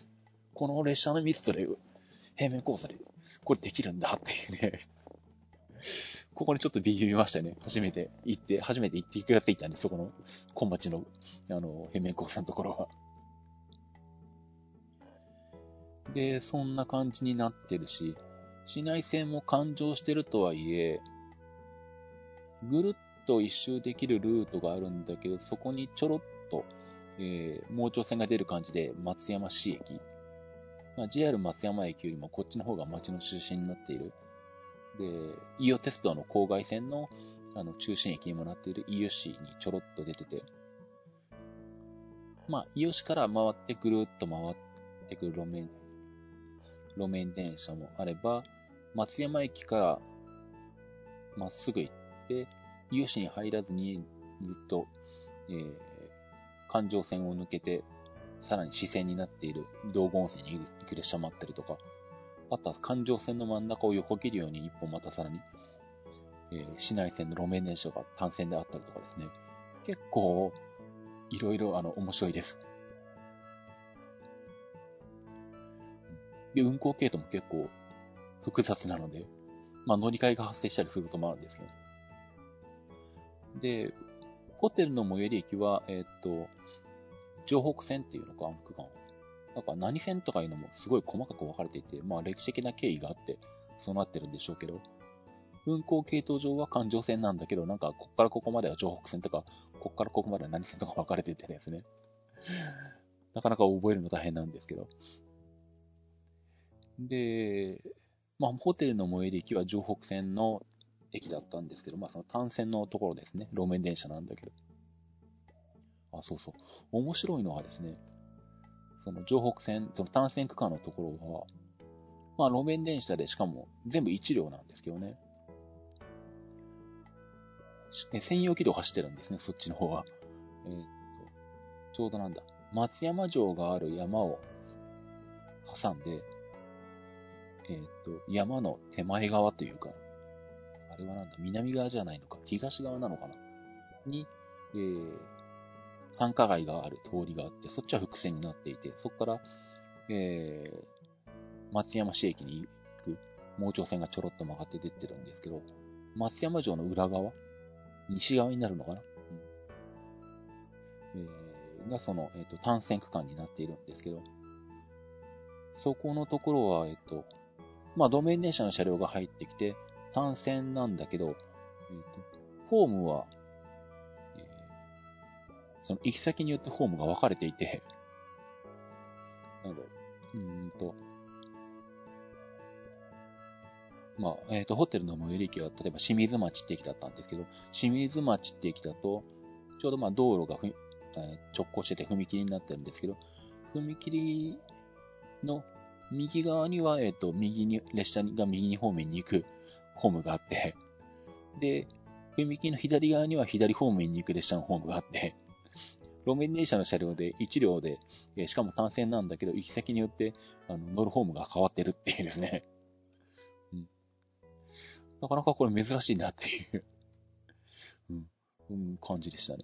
この列車のミストで、平面交差で、これできるんだっていうね。 ここにちょっとビビりましたね。初めて行って、初めて行って気がついたんで、そこの、小町の、あの、変面工さんのところは。で、そんな感じになってるし、市内線も環状してるとはいえ、ぐるっと一周できるルートがあるんだけど、そこにちょろっと、えー、盲腸線が出る感じで、松山市駅。まあ、ジェイアール 松山駅よりもこっちの方が街の中心になっている。で、伊予鉄道の郊外線の、あの、中心駅にもなっている伊予市にちょろっと出てて、まあ、伊予市から回ってぐるっと回ってくる路面、路面電車もあれば、松山駅からまっすぐ行って、伊予市に入らずにずっと、えー、環状線を抜けて、さらに支線になっている道後温泉に行く列車もあったりとか、あとは環状線の真ん中を横切るように一本またさらに、えー、市内線の路面電車が単線であったりとかですね。結構、いろいろあの、面白いです。で、運行系統も結構複雑なので、まあ乗り換えが発生したりすることもあるんですけど。で、ホテルの最寄り駅は、えー、っと、城北線っていうのか、区間。なんか何線とかいうのもすごい細かく分かれていて、まあ歴史的な経緯があって、そうなってるんでしょうけど、運行系統上は環状線なんだけど、なんかこっからここまでは城北線とか、こっからここまでは何線とか分かれててですね。なかなか覚えるの大変なんですけど。で、まあホテルの最寄り駅は城北線の駅だったんですけど、まあその単線のところですね。路面電車なんだけど。あ、そうそう。面白いのはですね、その城北線、その単線区間のところは、まあ路面電車でしかも全部いち両なんですけどね。専用軌道走ってるんですね、そっちの方は。えー、っと、ちょうどなんだ、松山城がある山を挟んで、えー、っと、山の手前側というか、あれはなんだ、南側じゃないのか、東側なのかなに、えー、繁華街がある通りがあって、そっちは伏線になっていて、そこから、えー、松山市駅に行く盲腸線がちょろっと曲がって出てるんですけど、松山城の裏側、西側になるのかな、うんえー、がその、えっ、ー、と、単線区間になっているんですけど、そこのところは、えっ、ー、と、まあ、路面電車の車両が入ってきて、単線なんだけど、えー、とホームは、えー、その行き先によってホームが分かれていて、なんだろう、うーんと、まあ、えっ、ー、と、ホテルの最寄り駅は、例えば清水町って駅だったんですけど、清水町って駅だと、ちょうどまあ道路がふ直行してて踏切になってるんですけど、踏切の右側には、えっ、ー、と、右に、列車が右に方面に行くホームがあって、で、踏切の左側には左方面に行く列車のホームがあって、路面電車の車両でいち両で、えー、しかも単線なんだけど、行き先によってあの乗るホームが変わってるっていうですね。うん、なかなかこれ珍しいなっていう、うんうん、感じでしたね。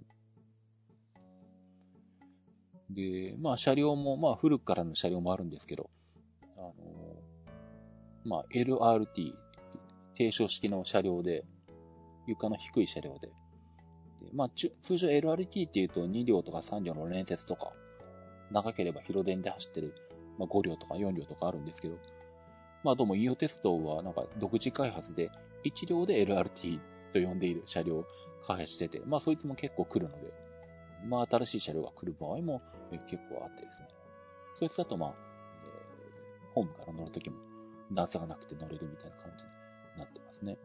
で、まあ車両も、まあ古くからの車両もあるんですけど、あのー、まあ エルアールティー、低床式の車両で、床の低い車両で、でまあ通常 エルアールティー っていうとに両とかさん両の連接とか、長ければ広電で走ってる、まあ、ご両とかよん両とかあるんですけど、まあどうも伊予鉄道はなんか独自開発でいち両で エルアールティー と呼んでいる車両を開発してて、まあそいつも結構来るので、まあ新しい車両が来る場合も結構あってですね。そいつだとまあ、えー、ホームから乗るときも段差がなくて乗れるみたいな感じになってますね。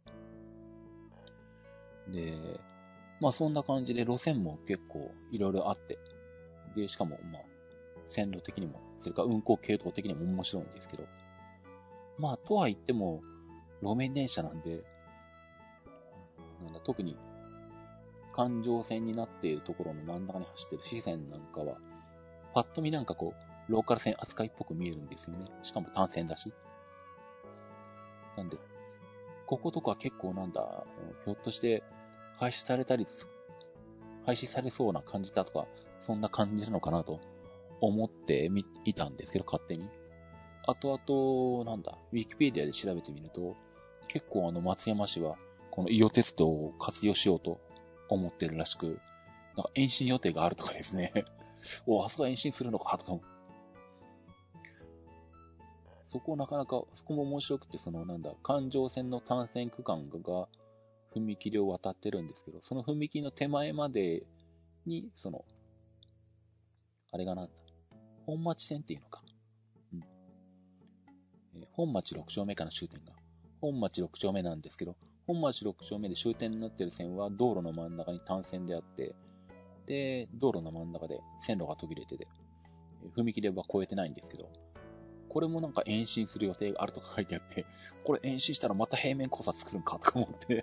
で、まあそんな感じで路線も結構いろいろあって、で、しかもまあ線路的にも、それから運行系統的にも面白いんですけど、まあとは言っても路面電車なんで、なんだ特に環状線になっているところの真ん中に走っている支線なんかは、パッと見なんかこう、ローカル線扱いっぽく見えるんですよね。しかも単線だし。なんで、こことか結構なんだ、ひょっとして廃止されたり、廃止されそうな感じだとか、そんな感じなのかなと思ってみいたんですけど、勝手に。あとあと、なんだ、ウィキペディアで調べてみると、 結構あの松山市はこの伊予鉄道を活用しようと思ってるらしく、なんか延伸予定があるとかですね。お、あそこ延伸するのかとか。そこなかなか、そこも面白くて、そのなんだ、環状線の単線区間が踏切を渡ってるんですけど、その踏切の手前までに、その、あれがなんだ、本町線っていうのか。うん。えー本町ろく丁目かな、終点が。本町ろく丁目なんですけど、本町ろく丁目で終点になってる線は道路の真ん中に単線であって、で、道路の真ん中で線路が途切れてて、踏切は越えてないんですけど、これもなんか延伸する予定があるとか書いてあって、これ延伸したらまた平面交差作るんかとか思って、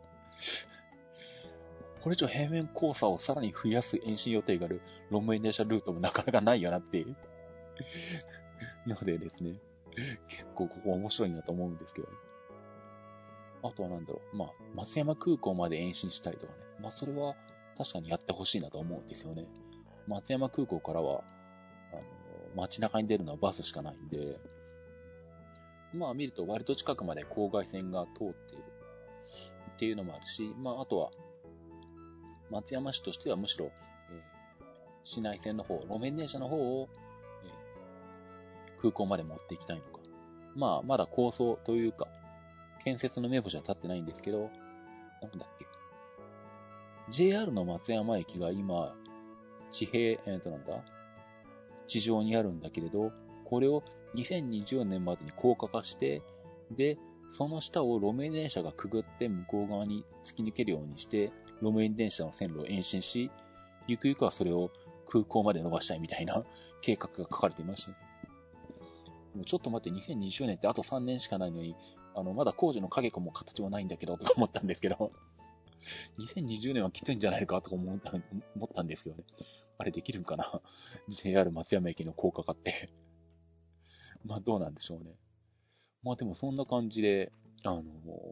これ以上平面交差をさらに増やす延伸予定がある路面電車ルートもなかなかないよなっていうのでですね、結構ここ面白いなと思うんですけど、ね、あとはなんだろう、まあ、松山空港まで延伸したりとかね、まあそれは確かにやってほしいなと思うんですよね。松山空港からは、あの、街中に出るのはバスしかないんで、まあ見ると割と近くまで郊外線が通っているっていうのもあるし、まああとは、松山市としてはむしろ、えー、市内線の方、路面電車の方を、えー、空港まで持っていきたいのか。まあまだ構想というか、建設の目星は立ってないんですけど、なんだっけ。ジェイアール の松山駅が今、地平、えーとなんだ地上にあるんだけれど、これをにせんにじゅうねんまでに高架化して、で、その下を路面電車がくぐって向こう側に突き抜けるようにして、路面電車の線路を延伸し、ゆくゆくはそれを空港まで伸ばしたいみたいな計画が書かれていましたね。でもちょっと待って、にせんにじゅうねんってあとさんねんしかないのに、あの、まだ工事の影も形もないんだけど、とか思ったんですけど、にせんにじゅうねんはきついんじゃないかとか思った思ったんですけどね。あれできるんかな ジェイアール 松山駅の高架化って。まあどうなんでしょうね。まあでもそんな感じで、あの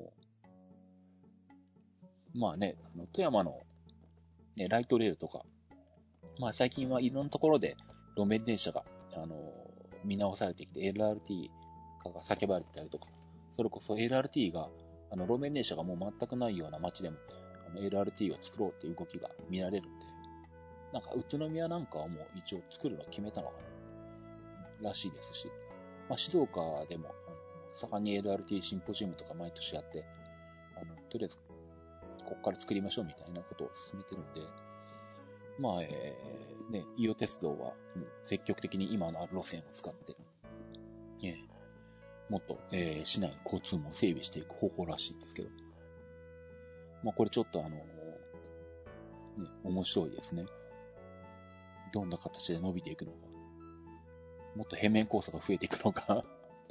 まあね、あの富山の、ね、ライトレールとか、まあ最近はいろんなところで路面電車が、あの見直されてきて エルアールティー 化が叫ばれてたりとか、それこそ エルアールティー が、あの路面電車がもう全くないような街でも、あの エルアールティー を作ろうっていう動きが見られるんで、なんか宇都宮なんかはもう一応作るの決めたのかならしいですし、まあ、静岡でも、あの盛んに エルアールティー シンポジウムとか毎年やって、あの、とりあえず、ここから作りましょうみたいなことを進めてるんで、まあ、えー、ね、伊予鉄道は、もう積極的に今のある路線を使って、えー、もっと、えー、市内の交通網を整備していく方法らしいんですけど、まあ、これちょっとあの、ね、面白いですね。どんな形で伸びていくのか。もっと平面交差が増えていくのかあの、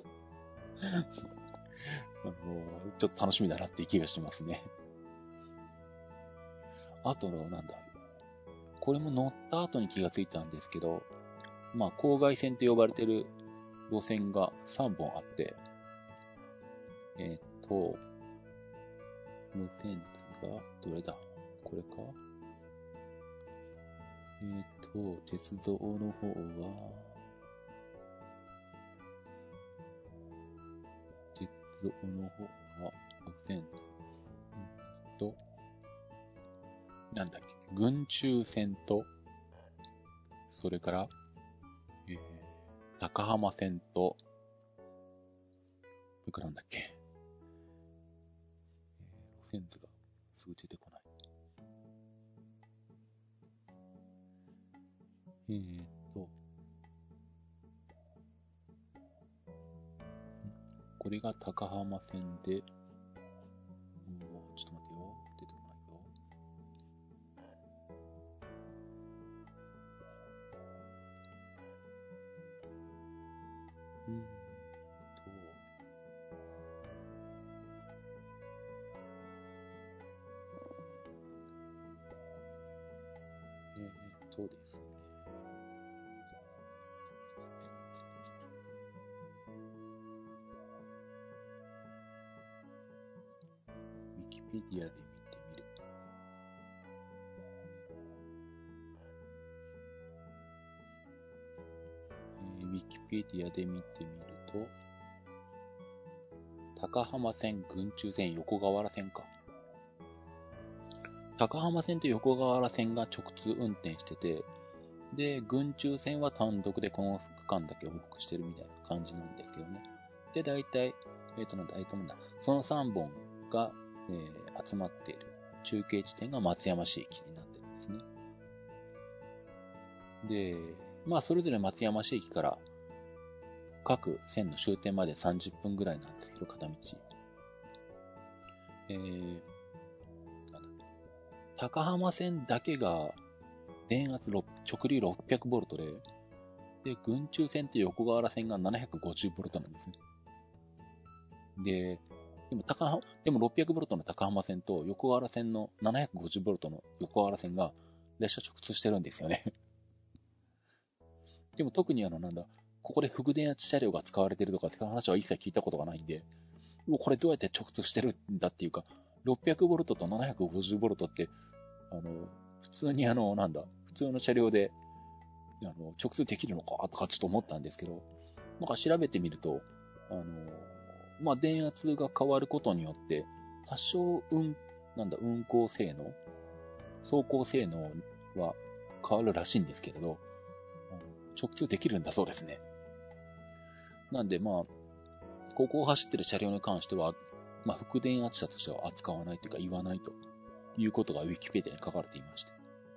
ちょっと楽しみだなっていう気がしますね。あとの、なんだ。これも乗った後に気がついたんですけど、まあ、郊外線と呼ばれてる路線がさんぼんあって、えーっと、路線図が、どれだこれかえーっと、鉄道の方は、鉄道の方が、路線図。うんと、なんだっけ、群中線と、それから、えー、高浜線と、いくらなんだっけ、えー、路線図がすぐ出てこない。えーっと、これが高浜線で、うおちょっと待ってよ、出てこないよ。うんと、えーっとですね。ウィキペディアで見てみる。えー、ウィキペディアで見てみると、 高浜線、郡中線、横河原線か。高浜線と横河原線が直通運転してて、で、郡中線は単独でこの区間だけ往復してるみたいな感じなんですけどね。で、大体、えっ、ー、と、なんだ、えっ、ー、と、なんだ、そのさんぼんが、えー、集まっている中継地点が松山市駅になってるんですね。で、まあ、それぞれ松山市駅から各線の終点までさんじゅっぷんぐらいなんですけど、片道。えー、高浜線だけが電圧直流 ろっぴゃくボルト で、で、郡中線と横河原線が ななひゃくごじゅうボルト なんですね。で、でも高浜、でも ろっぴゃくボルト の高浜線と横河原線の ななひゃくごじゅうボルト の横河原線が列車直通してるんですよね。でも特にあの、なんだ、ここで副電圧車両が使われてるとかって話は一切聞いたことがないんで、もうこれどうやって直通してるんだっていうか、ろっぴゃくボルト と ななひゃくごじゅうボルト って、あの、普通にあの、なんだ、普通の車両で、あの、直通できるのかとかちょっと思ったんですけど、なんか調べてみると、あの、まあ、電圧が変わることによって、多少、うん、なんだ、運行性能、走行性能は変わるらしいんですけれど、直通できるんだそうですね。なんで、まあ、ここを走ってる車両に関しては、まあ、副電圧車としては扱わないというか言わないということがウィキペディアに書かれていまして。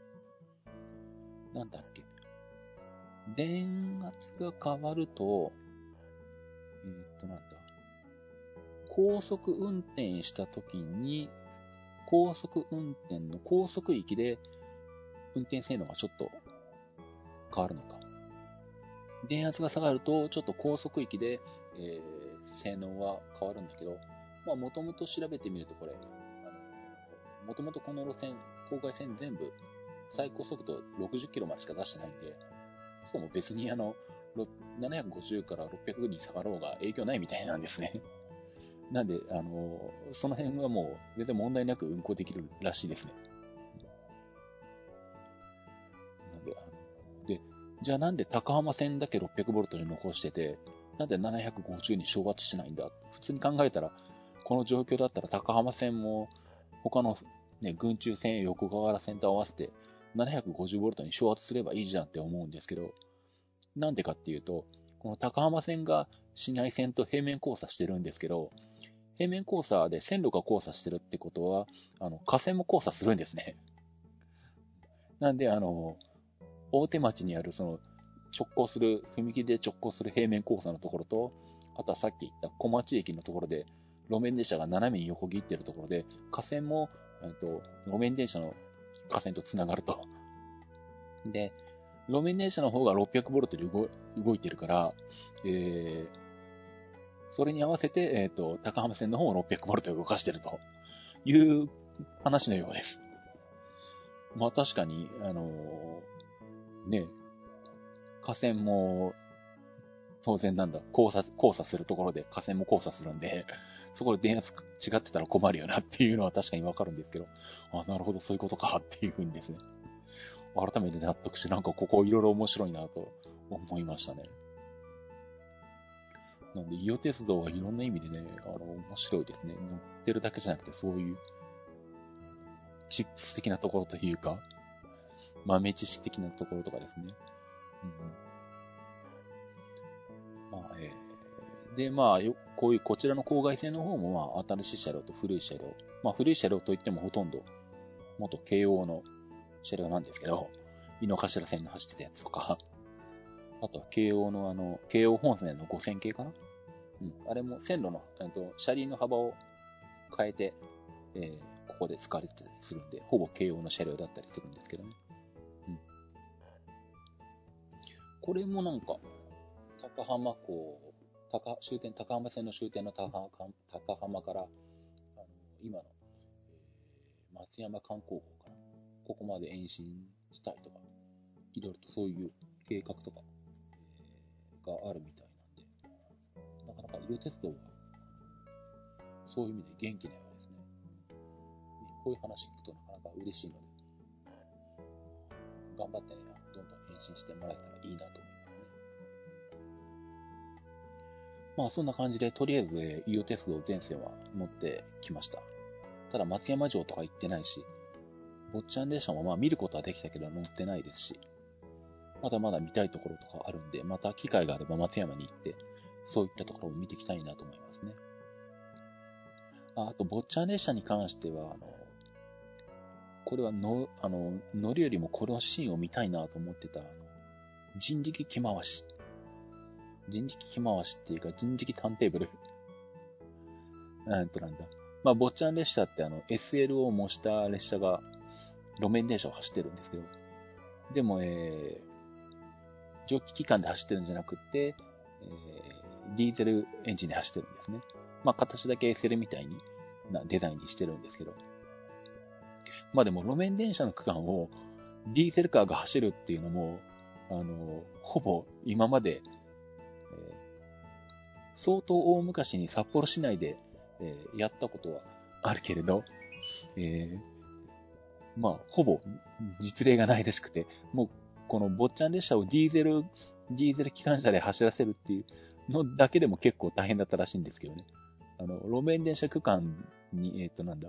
なんだっけ。電圧が変わると、えー、っとなんだ。高速運転した時に、高速運転の高速域で運転性能がちょっと変わるのか。電圧が下がると、ちょっと高速域で、えー、性能は変わるんだけど、まあ、もともと調べてみるとこれ、もともとこの路線、郊外線全部、最高速度ろくじゅっキロまでしか出してないんで、そうも別にあの、ななひゃくごじゅうからろっぴゃくに下がろうが影響ないみたいなんですね。なんで、あの、その辺はもう全然問題なく運行できるらしいですね。なんで、あので、じゃあなんで高浜線だけ ろっぴゃくボルト に残してて、なんでななひゃくごじゅうに昇圧しないんだ。普通に考えたら、この状況だったら高浜線も他のね、郡中線、横河原線と合わせて ななひゃくごじゅうボルト に昇圧すればいいじゃんって思うんですけど、なんでかっていうと、この高浜線が市内線と平面交差してるんですけど、平面交差で線路が交差してるってことは、あの、架線も交差するんですね。なんで、あの、大手町にあるその直行する、踏切で直行する平面交差のところと、あとはさっき言った小町駅のところで、路面電車が斜めに横切ってるところで、架線も、えっと、路面電車の架線と繋がると。で、路面電車の方が ろっぴゃくボルト で動動いてるから、えー、それに合わせて、えっと、高浜線の方を ろっぴゃくボルト で動かしてるという話のようです。まあ確かに、あのー、ね、架線も、当然なんだ、交差、交差するところで架線も交差するんで、そこで電圧違ってたら困るよなっていうのは確かにわかるんですけど、あ、なるほど、そういうことかっていうふうにですね、改めて納得して、なんかここいろいろ面白いなと思いましたね。なんで、伊予鉄道はいろんな意味でね、あの、面白いですね。乗ってるだけじゃなくて、そういう、チップス的なところというか、豆知識的なところとかですね。うん、まあ、えー、で、まあ、よ、こういう、こちらの郊外線の方も、まあ、新しい車両と古い車両。まあ、古い車両といってもほとんど、元京王の車両なんですけど、井の頭線の走ってたやつとか、あとは京王のあの、京王本線のごせん系かな。うん。あれも線路の、えっと、車輪の幅を変えて、えー、ここで使われてたりするんで、ほぼ京王の車両だったりするんですけどね。うん。これもなんか、高浜港、高、終点、高浜線の終点の高浜高浜から、あの、今の、えー、松山観光港かな。ここまで延伸したいとか、いろいろとそういう計画とか、えー、があるみたいなんで、なかなか伊予鉄道は、そういう意味で元気なようですね。こういう話聞くとなかなか嬉しいので、頑張ってね、どんどん返信してもらえたらいいなと思いますね。 まあそんな感じで、とりあえず伊予鉄道全線は乗ってきました。ただ松山城とか行ってないし、坊ちゃん列車もまあ見ることはできたけど乗ってないですし、まだまだ見たいところとかあるんで、また機会があれば松山に行って、そういったところを見ていきたいなと思いますね。ああと、坊ちゃん列車に関しては、あの、これはの、あの、乗るよりもこのシーンを見たいなと思ってた、あの、人力木回し。人力木回しっていうか、人力ターンテーブル。なんとなんだ。まあ、坊ちゃん列車ってあの、エスエル を模した列車が、路面電車を走ってるんですけど、でも、えー、蒸気機関で走ってるんじゃなくて、えー、ディーゼルエンジンで走ってるんですね。まあ、形だけ エスエル みたいになデザインにしてるんですけど。まあでも、路面電車の区間をディーゼルカーが走るっていうのも、あの、ほぼ今まで、えー、相当大昔に札幌市内で、えー、やったことはあるけれど、えー、まあ、ほぼ実例がないらしくて、もう、この坊ちゃん列車をディーゼル、ディーゼル機関車で走らせるっていうのだけでも結構大変だったらしいんですけどね。あの、路面電車区間に、えっと、なんだ、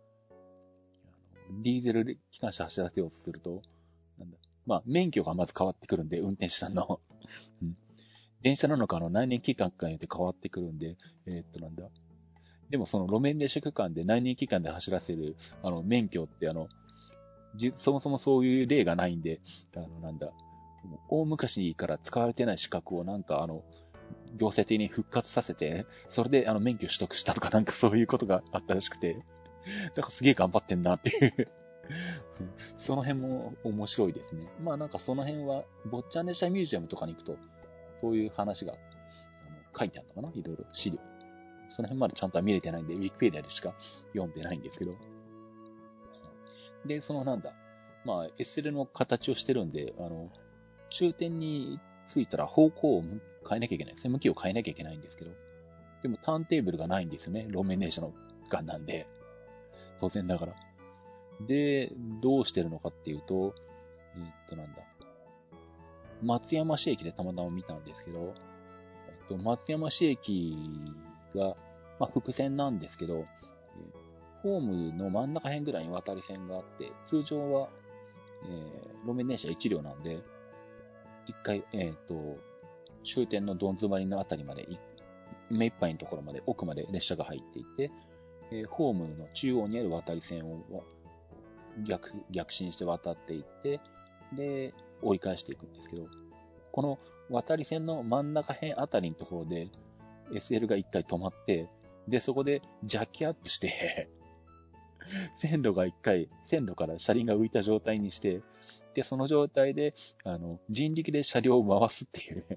ディーゼル機関車走らせようとすると、なんだ、まあ、免許がまず変わってくるんで、運転手さんの。うん。電車なのかあの内燃機関かによって変わってくるんで、えっと、なんだ。でもその路面電車区間で内燃機関で走らせる、あの、免許ってあの、じ、そもそもそういう例がないんで、あの、なんだ、大昔から使われてない資格をなんかあの、行政的に復活させて、それであの免許取得したとかなんかそういうことがあったらしくて、だからすげえ頑張ってんなっていうその辺も面白いですね。まあなんかその辺は、坊ちゃん列車ミュージアムとかに行くと、そういう話があの書いてあるのかないろいろ資料。その辺までちゃんとは見れてないんで、ウィキペディアでしか読んでないんですけど。で、そのなんだ、まあ エスエル の形をしてるんで、あの、終点に着いたら方向を変えなきゃいけないですね。向きを変えなきゃいけないんですけど。でもターンテーブルがないんですよね。路面電車の間なんで。当然だから。で、どうしてるのかっていうと、えーっとなんだ。松山市駅でたまたま見たんですけど、えっと、松山市駅が、まあ、伏線なんですけど、ホームの真ん中辺ぐらいに渡り線があって、通常は、えー、路面電車いち両なんで、一回、えっと、終点のどん詰まりのあたりまで、目いっぱいのところまで、奥まで列車が入っていて、えー、ホームの中央にある渡り線を逆、逆進して渡っていって、で、折り返していくんですけど、この渡り線の真ん中辺あたりのところで、エスエル が一回止まって、で、そこでジャッキアップして線路が一回、線路から車輪が浮いた状態にして、で、その状態で、あの、人力で車両を回すっていうね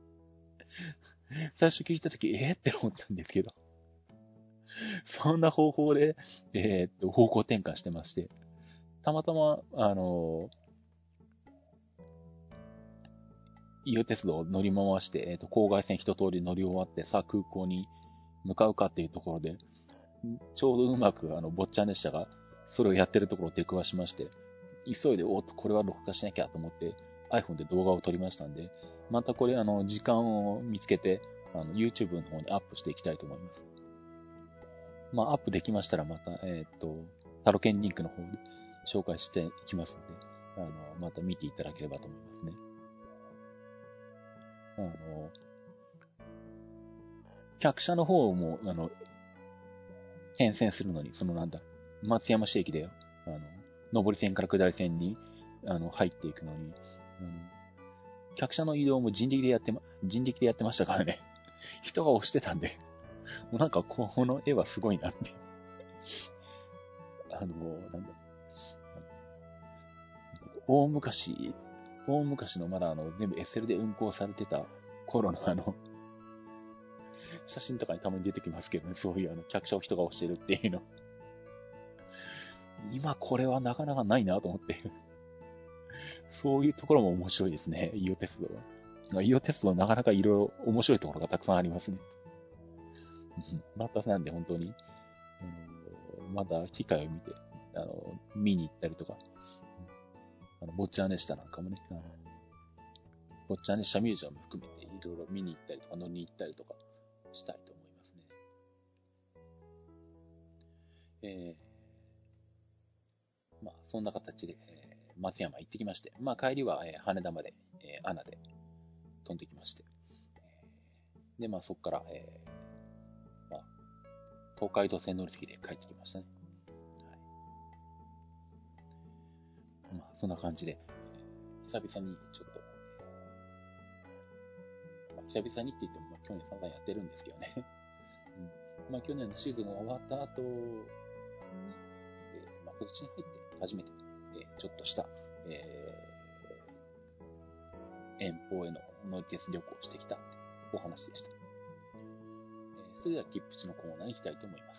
最初聞いたとき、えー、って思ったんですけどそんな方法で、えー、っと、方向転換してまして、たまたま、あの伊予鉄道を乗り回して、えっ、と、郊外線一通り乗り終わって、さあ空港に向かうかっていうところで、ちょうどうまく、あの、坊ちゃん列車が、それをやってるところを出くわしまして、急いで、おっと、これは録画しなきゃと思って、iPhone で動画を撮りましたんで、またこれ、あの、時間を見つけて、あの、YouTube の方にアップしていきたいと思います。まあ、アップできましたら、また、えっ、と、タロケンリンクの方で紹介していきますので、あの、また見ていただければと思いますね。あの、客車の方も、あの、変遷するのに、そのなんだ、松山市駅で、あの、上り線から下り線に、あの、入っていくのに、あの、客車の移動も人力でやってま、人力でやってましたからね。人が押してたんで、もうなんかこの絵はすごいなって。あの、なんだ、大昔、大昔のまだあの、全部 エスエル で運行されてた頃のあの、写真とかにたまに出てきますけどね、そういうあの、客車を人が押してるっていうの。今これはなかなかないなと思ってそういうところも面白いですね、伊予鉄道は。伊予鉄道なかなかいろいろ面白いところがたくさんありますね。またなんで本当に、あのまだ機会を見て、あの、見に行ったりとか、あの、坊ちゃん列車なんかもね、坊ちゃん列車ミュージアム含めていろいろ見に行ったりとか乗りに行ったりとかしたいと思いますね。えー、まあ、そんな形で、えー、松山行ってきまして、まあ、帰りは、えー、羽田まで、えー、アナで飛んできまして、で、まあ、そこから、えー、まあ、東海道線乗り継ぎで帰ってきましたね。はい。まあ、そんな感じで、久々にちょっと、まあ、久々にって言っても、まあ、去年散々やってるんですけどね。うん、まあ、去年のシーズンが終わった後に、えーまあ、今年に入って初めて、えー、ちょっとした、えー、遠方への乗り鉄旅行をしてきたってお話でした。えー、それでは、切符地のコーナーに行きたいと思います。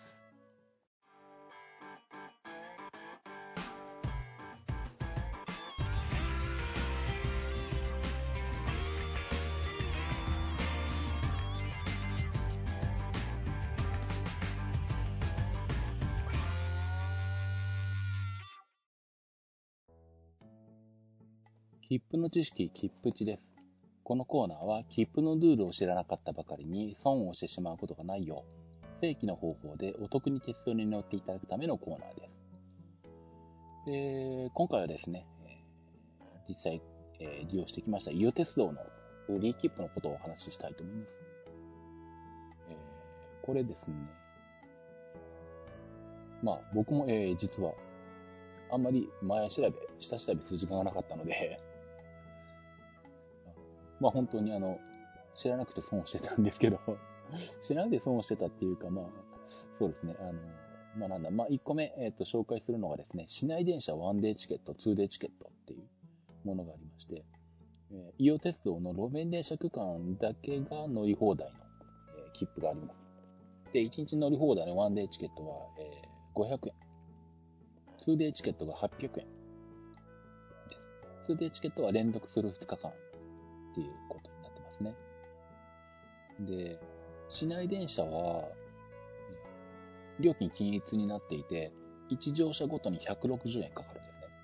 切符の知識、切符地です。このコーナーは、切符のルールを知らなかったばかりに損をしてしまうことがないよう、正規の方法でお得に鉄道に乗っていただくためのコーナーです。えー、今回はですね、えー、実際、えー、利用してきました伊予鉄道のフリー切符のことをお話ししたいと思います。えー、これですね、まあ僕も、えー、実はあんまり前調べ、下調べする時間がなかったのでまあ本当にあの、知らなくて損をしてたんですけど知らなくて損をしてたっていうか、まあ、そうですね、あの、まあなんだ、まあいっこめ、えっ、ー、と、紹介するのがですね、市内電車ワンデーチケット、ツーデーチケットっていうものがありまして、えー、伊予鉄道の路面電車区間だけが乗り放題の、えー、切符があります。で、いちにち乗り放題のワンデーチケットは、えー、ごひゃくえん。ツーデーチケットがはっぴゃくえんです。ツーデーチケットは連続するふつかかんっていうことになってますね。で、市内電車は、料金均一になっていて、いち乗車ごとにひゃくろくじゅうえんかかるん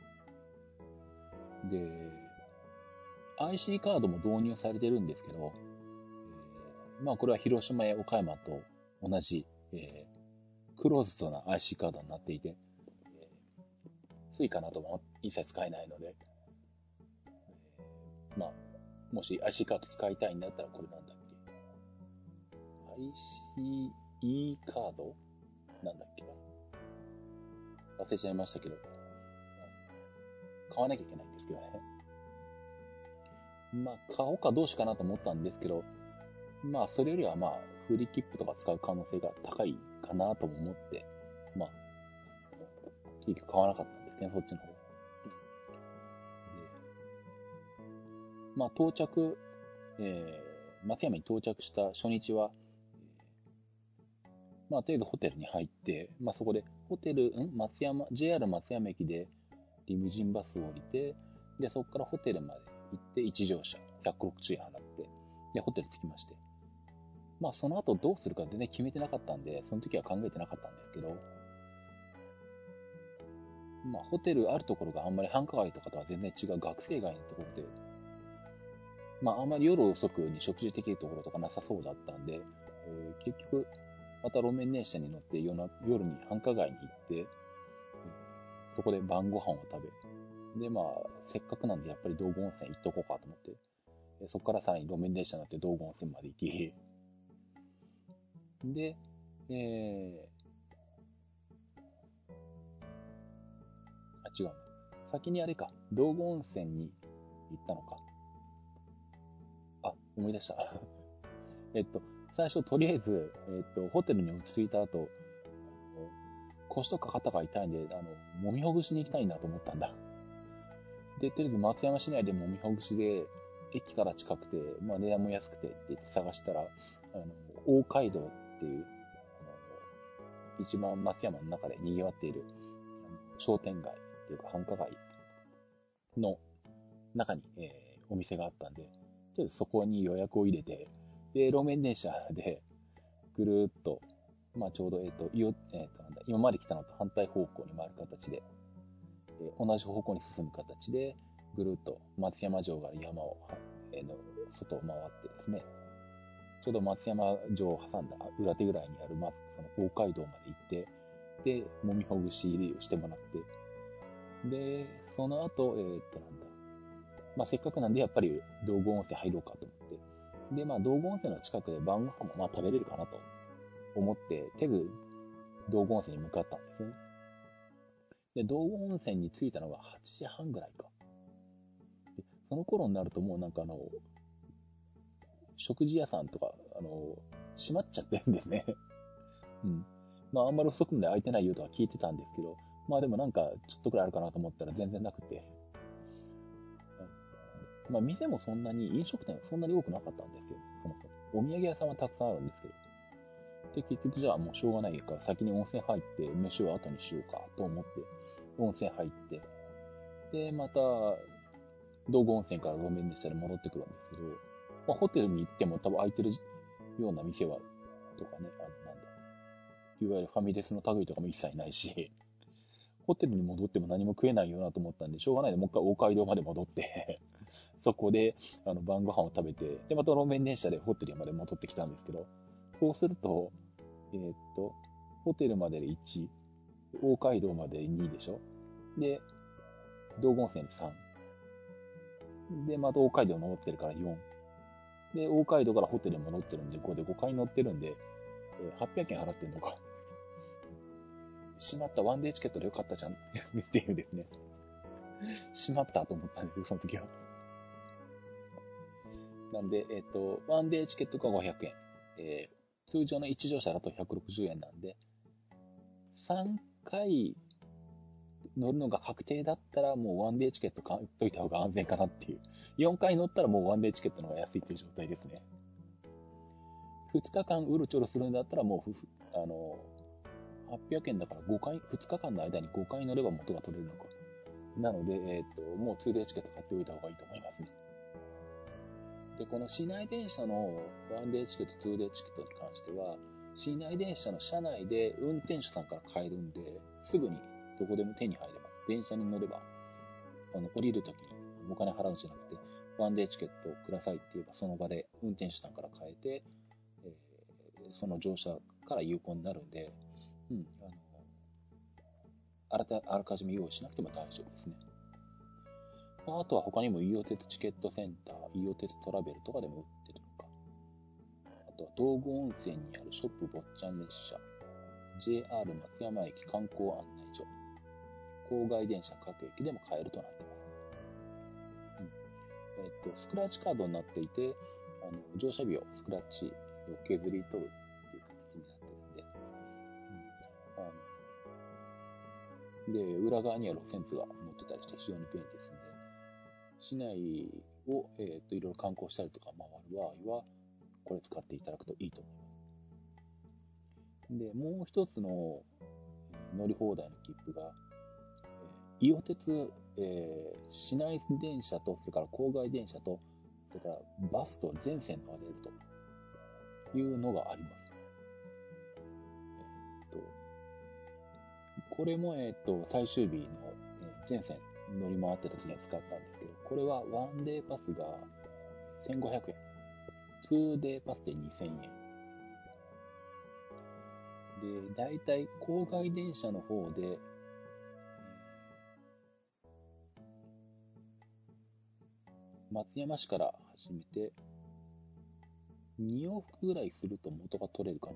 ですね。で、アイシー カードも導入されてるんですけど、えー、まあこれは広島や岡山と同じ、えー、クローズドな アイシー カードになっていて、えー、スイカなども一切使えないので、えー、まあ、もし アイシー カード使いたいんだったらこれなんだっけ アイシーイー カードなんだっけな忘れちゃいましたけど、買わなきゃいけないんですけどね。まあ、買おうかどうしようかなと思ったんですけど、まあ、それよりはまあ、フリー切符とか使う可能性が高いかなとも思って、まあ、結局買わなかったんですけど、ね、そっちの方。で、まあ、到着、えー、松山に到着した初日は、えー、まあ、とりあえずホテルに入って、まあ、そこで、ホテル、ん松山、ジェイアール 松山駅でリムジンバスを降りて、で、そこからホテルまで行って、いち乗車、ひゃくろくじゅうえん払って、で、ホテル着きまして。まあ、その後どうするか全然決めてなかったんで、その時は考えてなかったんですけど、まあ、ホテルあるところがあんまり繁華街とかとは全然違う学生街のところで、まあ、あんまり夜遅くに食事できるところとかなさそうだったんで、えー、結局、また路面電車に乗って夜夜に繁華街に行って、そこで晩ご飯を食べ、で、まあ、せっかくなんでやっぱり道後温泉行っとこうかと思って、そこからさらに路面電車に乗って道後温泉まで行き、で、えー、あ、違うな。先にあれか、道後温泉に行ったのか。あ、思い出した。えっと、最初とりあえず、えっと、ホテルに落ち着いた後、腰とか肩が痛いんで、あの、揉みほぐしに行きたいなと思ったんだ。で、とりあえず松山市内で揉みほぐしで、駅から近くて、まあ値段も安くてって言って探したら、あの、大街道っていう、あの、一番松山の中で賑わっている、あの商店街っていうか繁華街の中に、えー、お店があったんで、とりあえずそこに予約を入れて、で、路面電車でぐるーっと、まあちょうど、えっ、ー、と、いよ、えっ、ー、と、なんだ、今まで来たのと反対方向に回る形で、えー、同じ方向に進む形で、ぐるっと松山城がある山を、えー、の外を回ってですね。 ちょうど松山城を挟んだ裏手ぐらいにある、まずその大街道まで行って、で、揉みほぐしをしてもらって、で、その後、えー、っと、なんだ。まあ、せっかくなんで、やっぱり道後温泉入ろうかと思って。で、まあ、道後温泉の近くで晩ご飯もまあ食べれるかなと思って、手ぐ道後温泉に向かったんですね。で、道後温泉に着いたのがはちじはんぐらいか。で、その頃になるともうなんかあの、食事屋さんとか、あの、閉まっちゃってるんですね。うん。まあ、あんまり遅くまで空いてないよとは聞いてたんですけど、まあでもなんか、ちょっとくらいあるかなと思ったら全然なくて。まあ、店もそんなに、飲食店そんなに多くなかったんですよ。そもそも。お土産屋さんはたくさんあるんですけど。で、結局じゃあもうしょうがないから先に温泉入って、飯を後にしようかと思って、温泉入って、で、また、道後温泉から路面電車で戻ってくるんですけど、まあ、ホテルに行っても多分空いてるような店は、とかね、あの、なんだ、いわゆるファミレスの類とかも一切ないし、ホテルに戻っても何も食えないよなと思ったんで、しょうがないでもう一回大街道まで戻ってそこで、あの、晩ご飯を食べて、で、また路面電車でホテルまで戻ってきたんですけど、そうすると、えーっと、ホテルまででいち、大街道までにでしょ。で、道後温泉でさん。で、また大街道登ってるからよん。で、大街道からホテルに戻ってるんでごでごかい乗ってるんで、えーはっぴゃくえん払ってんのか。しまった、ワンデーチケットでよかったじゃんっていうですね。しまったと思ったんですよ、その時は。なんで、えっ、と、ワンデーチケットがごひゃくえん。えー、通常のいち乗車だとひゃくろくじゅうえんなんで、さんかい乗るのが確定だったらもうワンデーチケット買っといた方が安全かなっていう。よんかい乗ったらもうワンデーチケットの方が安いという状態ですね。ふつかかんうろちょろするんだったらもうふ、あの、はっぴゃくえんだからごかい、ふつかかんの間にごかい乗れば元が取れるのか。なので、えっ、と、もう ツーデー チケット買っておいた方がいいと思いますね。で、この市内電車のワンデーチケット、ツーデーチケットに関しては、市内電車の車内で運転手さんから買えるんで、すぐにどこでも手に入れます。電車に乗れば、あの、降りるときにお金払うんじゃなくて、ワンデーチケットをくださいって言えば、その場で運転手さんから買えて、えー、その乗車から有効になるんで、うん、あの、あらた、あらかじめ用意しなくても大丈夫ですね。あとは他にも伊予鉄チケットセンター、伊予鉄トラベルとかでも売ってるのか。あとは道後温泉にあるショップ坊ちゃん列車、ジェイアール 松山駅観光案内所、郊外電車各駅でも買えるとなってます。うん。えっと、スクラッチカードになっていて、あの、乗車日をスクラッチを削り取るっていう形になってるんで、うん。あの、で、裏側には路線図が載ってたりして非常に便利ですんで、市内を、えっと、いろいろ観光したりとか回る場合は、これ使っていただくといいと思います。で、もう一つの乗り放題の切符が、伊予鉄、えー、市内電車と、それから郊外電車と、それからバスと全線乗れるというのがあります。えー、っと、これも、えー、っと、最終日の、えー、全線乗り回った時には使ったんですけど、これはワンデーパスがせんごひゃくえん。ツーデーパスでにせんえん。で、だいたい郊外電車の方で、松山市から始めて、に往復ぐらいすると元が取れるかな。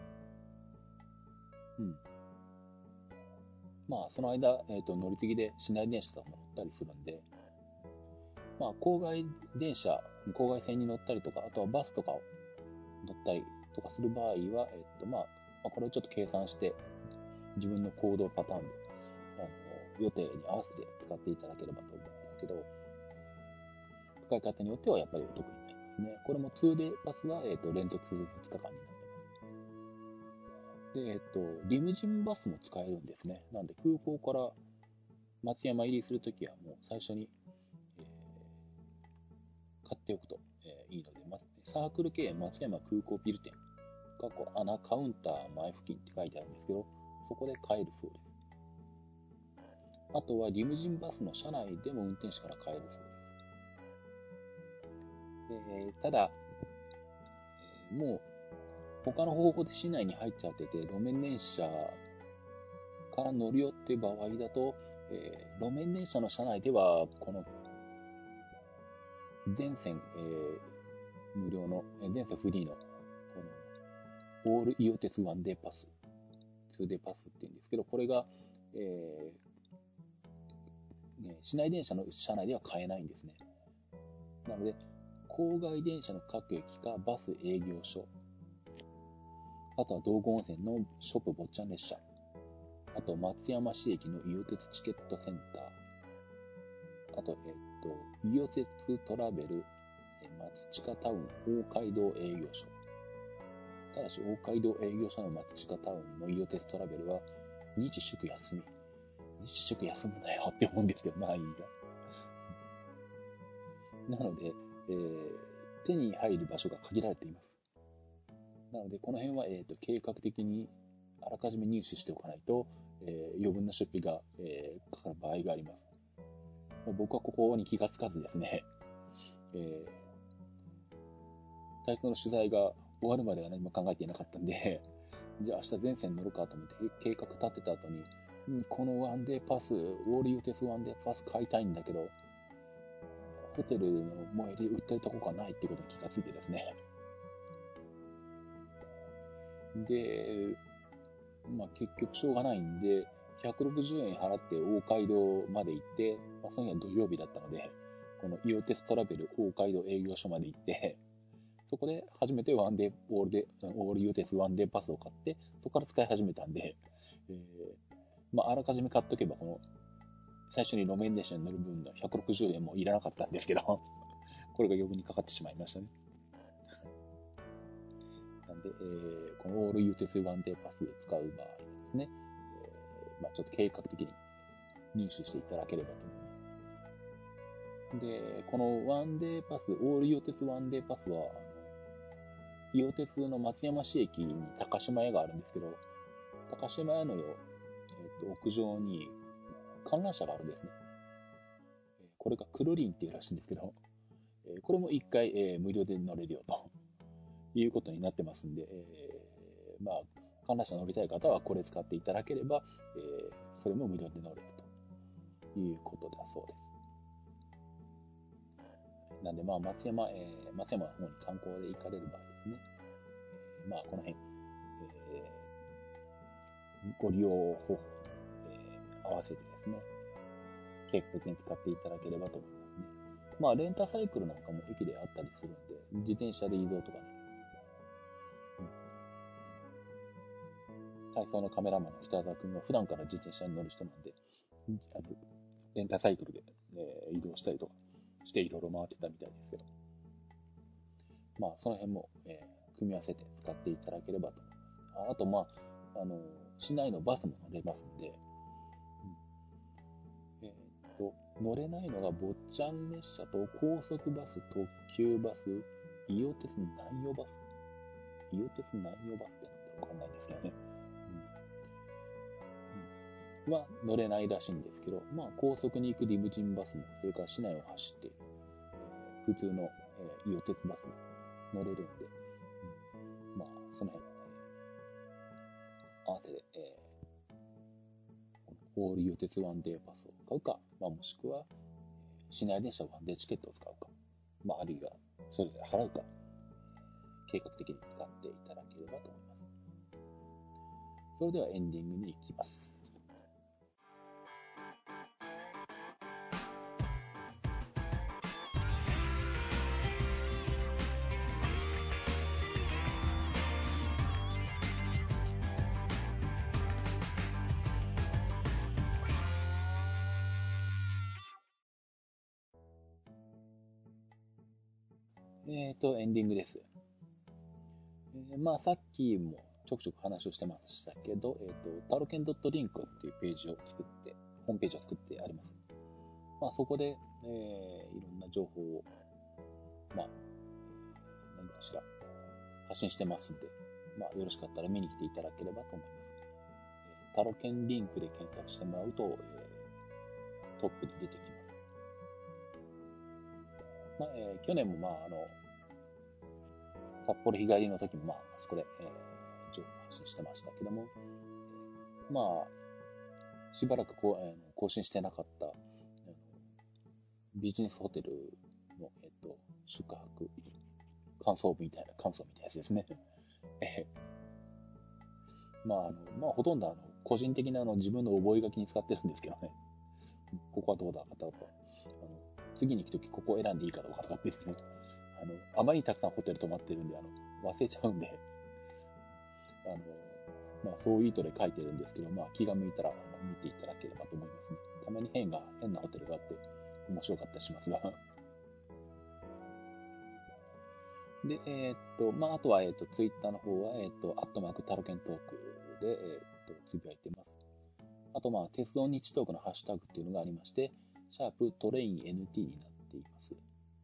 うん。まあ、その間、えっと、乗り継ぎで市内電車とかも乗ったりするんで、まあ、郊外電車、郊外線に乗ったりとか、あとはバスとかを乗ったりとかする場合は、えっと、まあ、まあ、これをちょっと計算して、自分の行動パターンで、あの、予定に合わせて使っていただければと思うんですけど、使い方によってはやっぱりお得になりますね。これも ツーデー パスは、えっと、連続ふつかかんになってます。で、えっと、リムジンバスも使えるんですね。なんで空港から松山入りするときはもう最初に、えー、買っておくと、えー、いいので、ま、サークル系松山空港ビル店、過去穴カウンター前付近って書いてあるんですけど、そこで買えるそうです。あとはリムジンバスの車内でも運転手から買えるそうです。えー、ただ、 ー、もう、他の方法で市内に入っちゃってて、路面電車から乗るよっていう場合だと、えー、路面電車の車内では、この、全線、えー、無料の、えー、全線フリーの、この、オール伊予鉄ワンデーパス、ツーデーパスって言うんですけど、これが、えーね、市内電車の車内では買えないんですね。なので、郊外電車の各駅かバス営業所、あとは道後温泉のショップ坊ちゃん列車、あと松山市駅の伊予鉄チケットセンター、あと、えっと、伊予鉄トラベル、松近タウン大街道営業所。ただし、大街道営業所の松近タウンの伊予鉄トラベルは、日祝休み。日祝休むなよって思うんですけど、まあいいが。なので、えー、手に入る場所が限られています。なので、この辺は、えーと、計画的にあらかじめ入手しておかないと、えー、余分な出費が、えー、かかる場合があります。僕はここに気がつかずですね、えー、体育の取材が終わるまでは何も考えていなかったんで、じゃあ明日全線乗るかと思って計画立てた後に、うん、このワンデーパス、オールユーテスワンデーパス買いたいんだけど、ホテルの最寄り売ってるとこがないってことに気がついてですね。で、まあ結局しょうがないんで、ひゃくろくじゅうえん払って大街道まで行って、まあ、その日は土曜日だったので、このイオテストラベル大街道営業所まで行って、そこで初めてワンデー、オールで、オールイオテスワンデーパスを買って、そこから使い始めたんで、えー、まああらかじめ買っとけば、この、最初に路面電車に乗る分のひゃくろくじゅうえんもいらなかったんですけど、これが余分にかかってしまいましたね。なんで、えー、このオールユーテスワンデーパスを使う場合ですね、えー、まあちょっと計画的に入手していただければと思います。で、このワンデーパス、オールイオテスワンデーパスは、あの、伊予鉄の松山市駅に高島屋があるんですけど、高島屋のよ、えー、と屋上に観覧車があるんですね。これがクルリンっていうらしいんですけど、これも一回、えー、無料で乗れるよということになってますんで、えー、まあ、観覧車乗りたい方はこれ使っていただければ、えー、それも無料で乗れるということだそうです。なんで、まあ、松山、えー、松山の方に観光で行かれる場合ですね。えー、まあ、この辺、えー、ご利用方法と、えー、合わせてですね、計画的に使っていただければと思いますね。まあ、レンタサイクルなんかも駅であったりするんで、自転車で移動とかね。うん、体操のカメラマンの北澤くんは普段から自転車に乗る人なんで、あのレンタサイクルで、えー、移動したりとかしていろいろ回ってたみたいですけど。まあ、その辺も、えー、組み合わせて使っていただければと思います。あ, あと、まあ、あの、市内のバスも乗れますんで、うん、えー、っと、乗れないのが坊ちゃん列車と高速バス、特急バス、伊予鉄南予バス。伊予鉄南予バスってなんだろうわかんないんですけどね。うん。は乗れないらしいんですけど、まあ、高速に行くリムジンバスも、それから市内を走っている、えー、普通の、えー、伊予鉄バスも乗れるんで、うん、まあ、その辺、合わせて、えー、オール伊予鉄ワンデーパスを買うか、まあ、もしくは、市内電車ワンデーチケットを使うか、まあ、あるいは、それぞれ払うか、計画的に使っていただければと思います。それではエンディングに行きます。えっと、エンディングです。えー、まあ、さっきもちょくちょく話をしてましたけど、えっと、タロケン .link っていうページを作って、ホームページを作ってあります。まあ、そこで、えー、いろんな情報を、まあ、何かしら発信してますんで、まあ、よろしかったら見に来ていただければと思います。えー、タロケンリンクで検索してもらうと、えー、トップに出てきます。まあ、えー、去年もまあ、あの、 札幌日帰りの時も、まあ、あそこで、えー、情報発信してましたけども、まあ、しばらくこう、えー、更新してなかった、えー、ビジネスホテルの、えっ、ー、と、宿泊、感想みたいな、感想みたいなやつですね。えー、まあ、あの、まあ、ほとんどあの、個人的なあの、自分の覚書きに使ってるんですけどね。ここはどうだかとか、あの、次に行くときここを選んでいいかどうかとかってですね。あの、あまりにたくさんホテル泊まってるんで、あの、忘れちゃうんで、あの、まあ、そういう意図で書いてるんですけど、まあ、気が向いたら見ていただければと思いますね。たまに変が、変なホテルがあって、面白かったりしますが。で、えー、っと、まあ、あとは、えー、っと、ツイッターの方は、えー、っと、アットマークタロケントークで、えー、っと、つぶやいてます。あと、まあ、鉄道日トークのハッシュタグっていうのがありまして、シャープトレイン エヌティー になっています。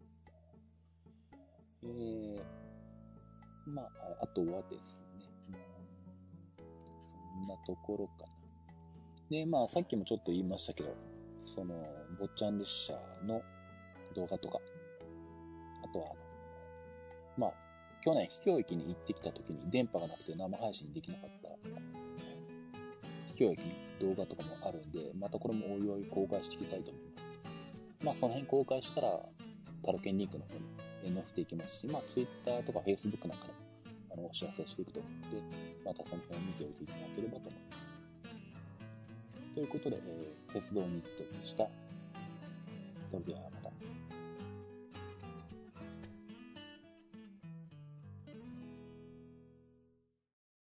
えー、まあ、あとはですね、そんなところかな。で、まあ、さっきもちょっと言いましたけど、その、坊ちゃん列車の動画とか、あとは、あの、まあ、去年、秘境駅に行ってきた時に電波がなくて生配信できなかった秘境駅の動画とかもあるんで、またこれもおいおい公開していきたいと思います。まあ、その辺公開したら、タロケンリンクの方に載せていきますし、まあ、Twitter とか Facebook なんかでも、あの、お知らせしていくと思うので、またその辺を見ておいていただければと思います。ということで、えー、鉄道日記でした。それではまた。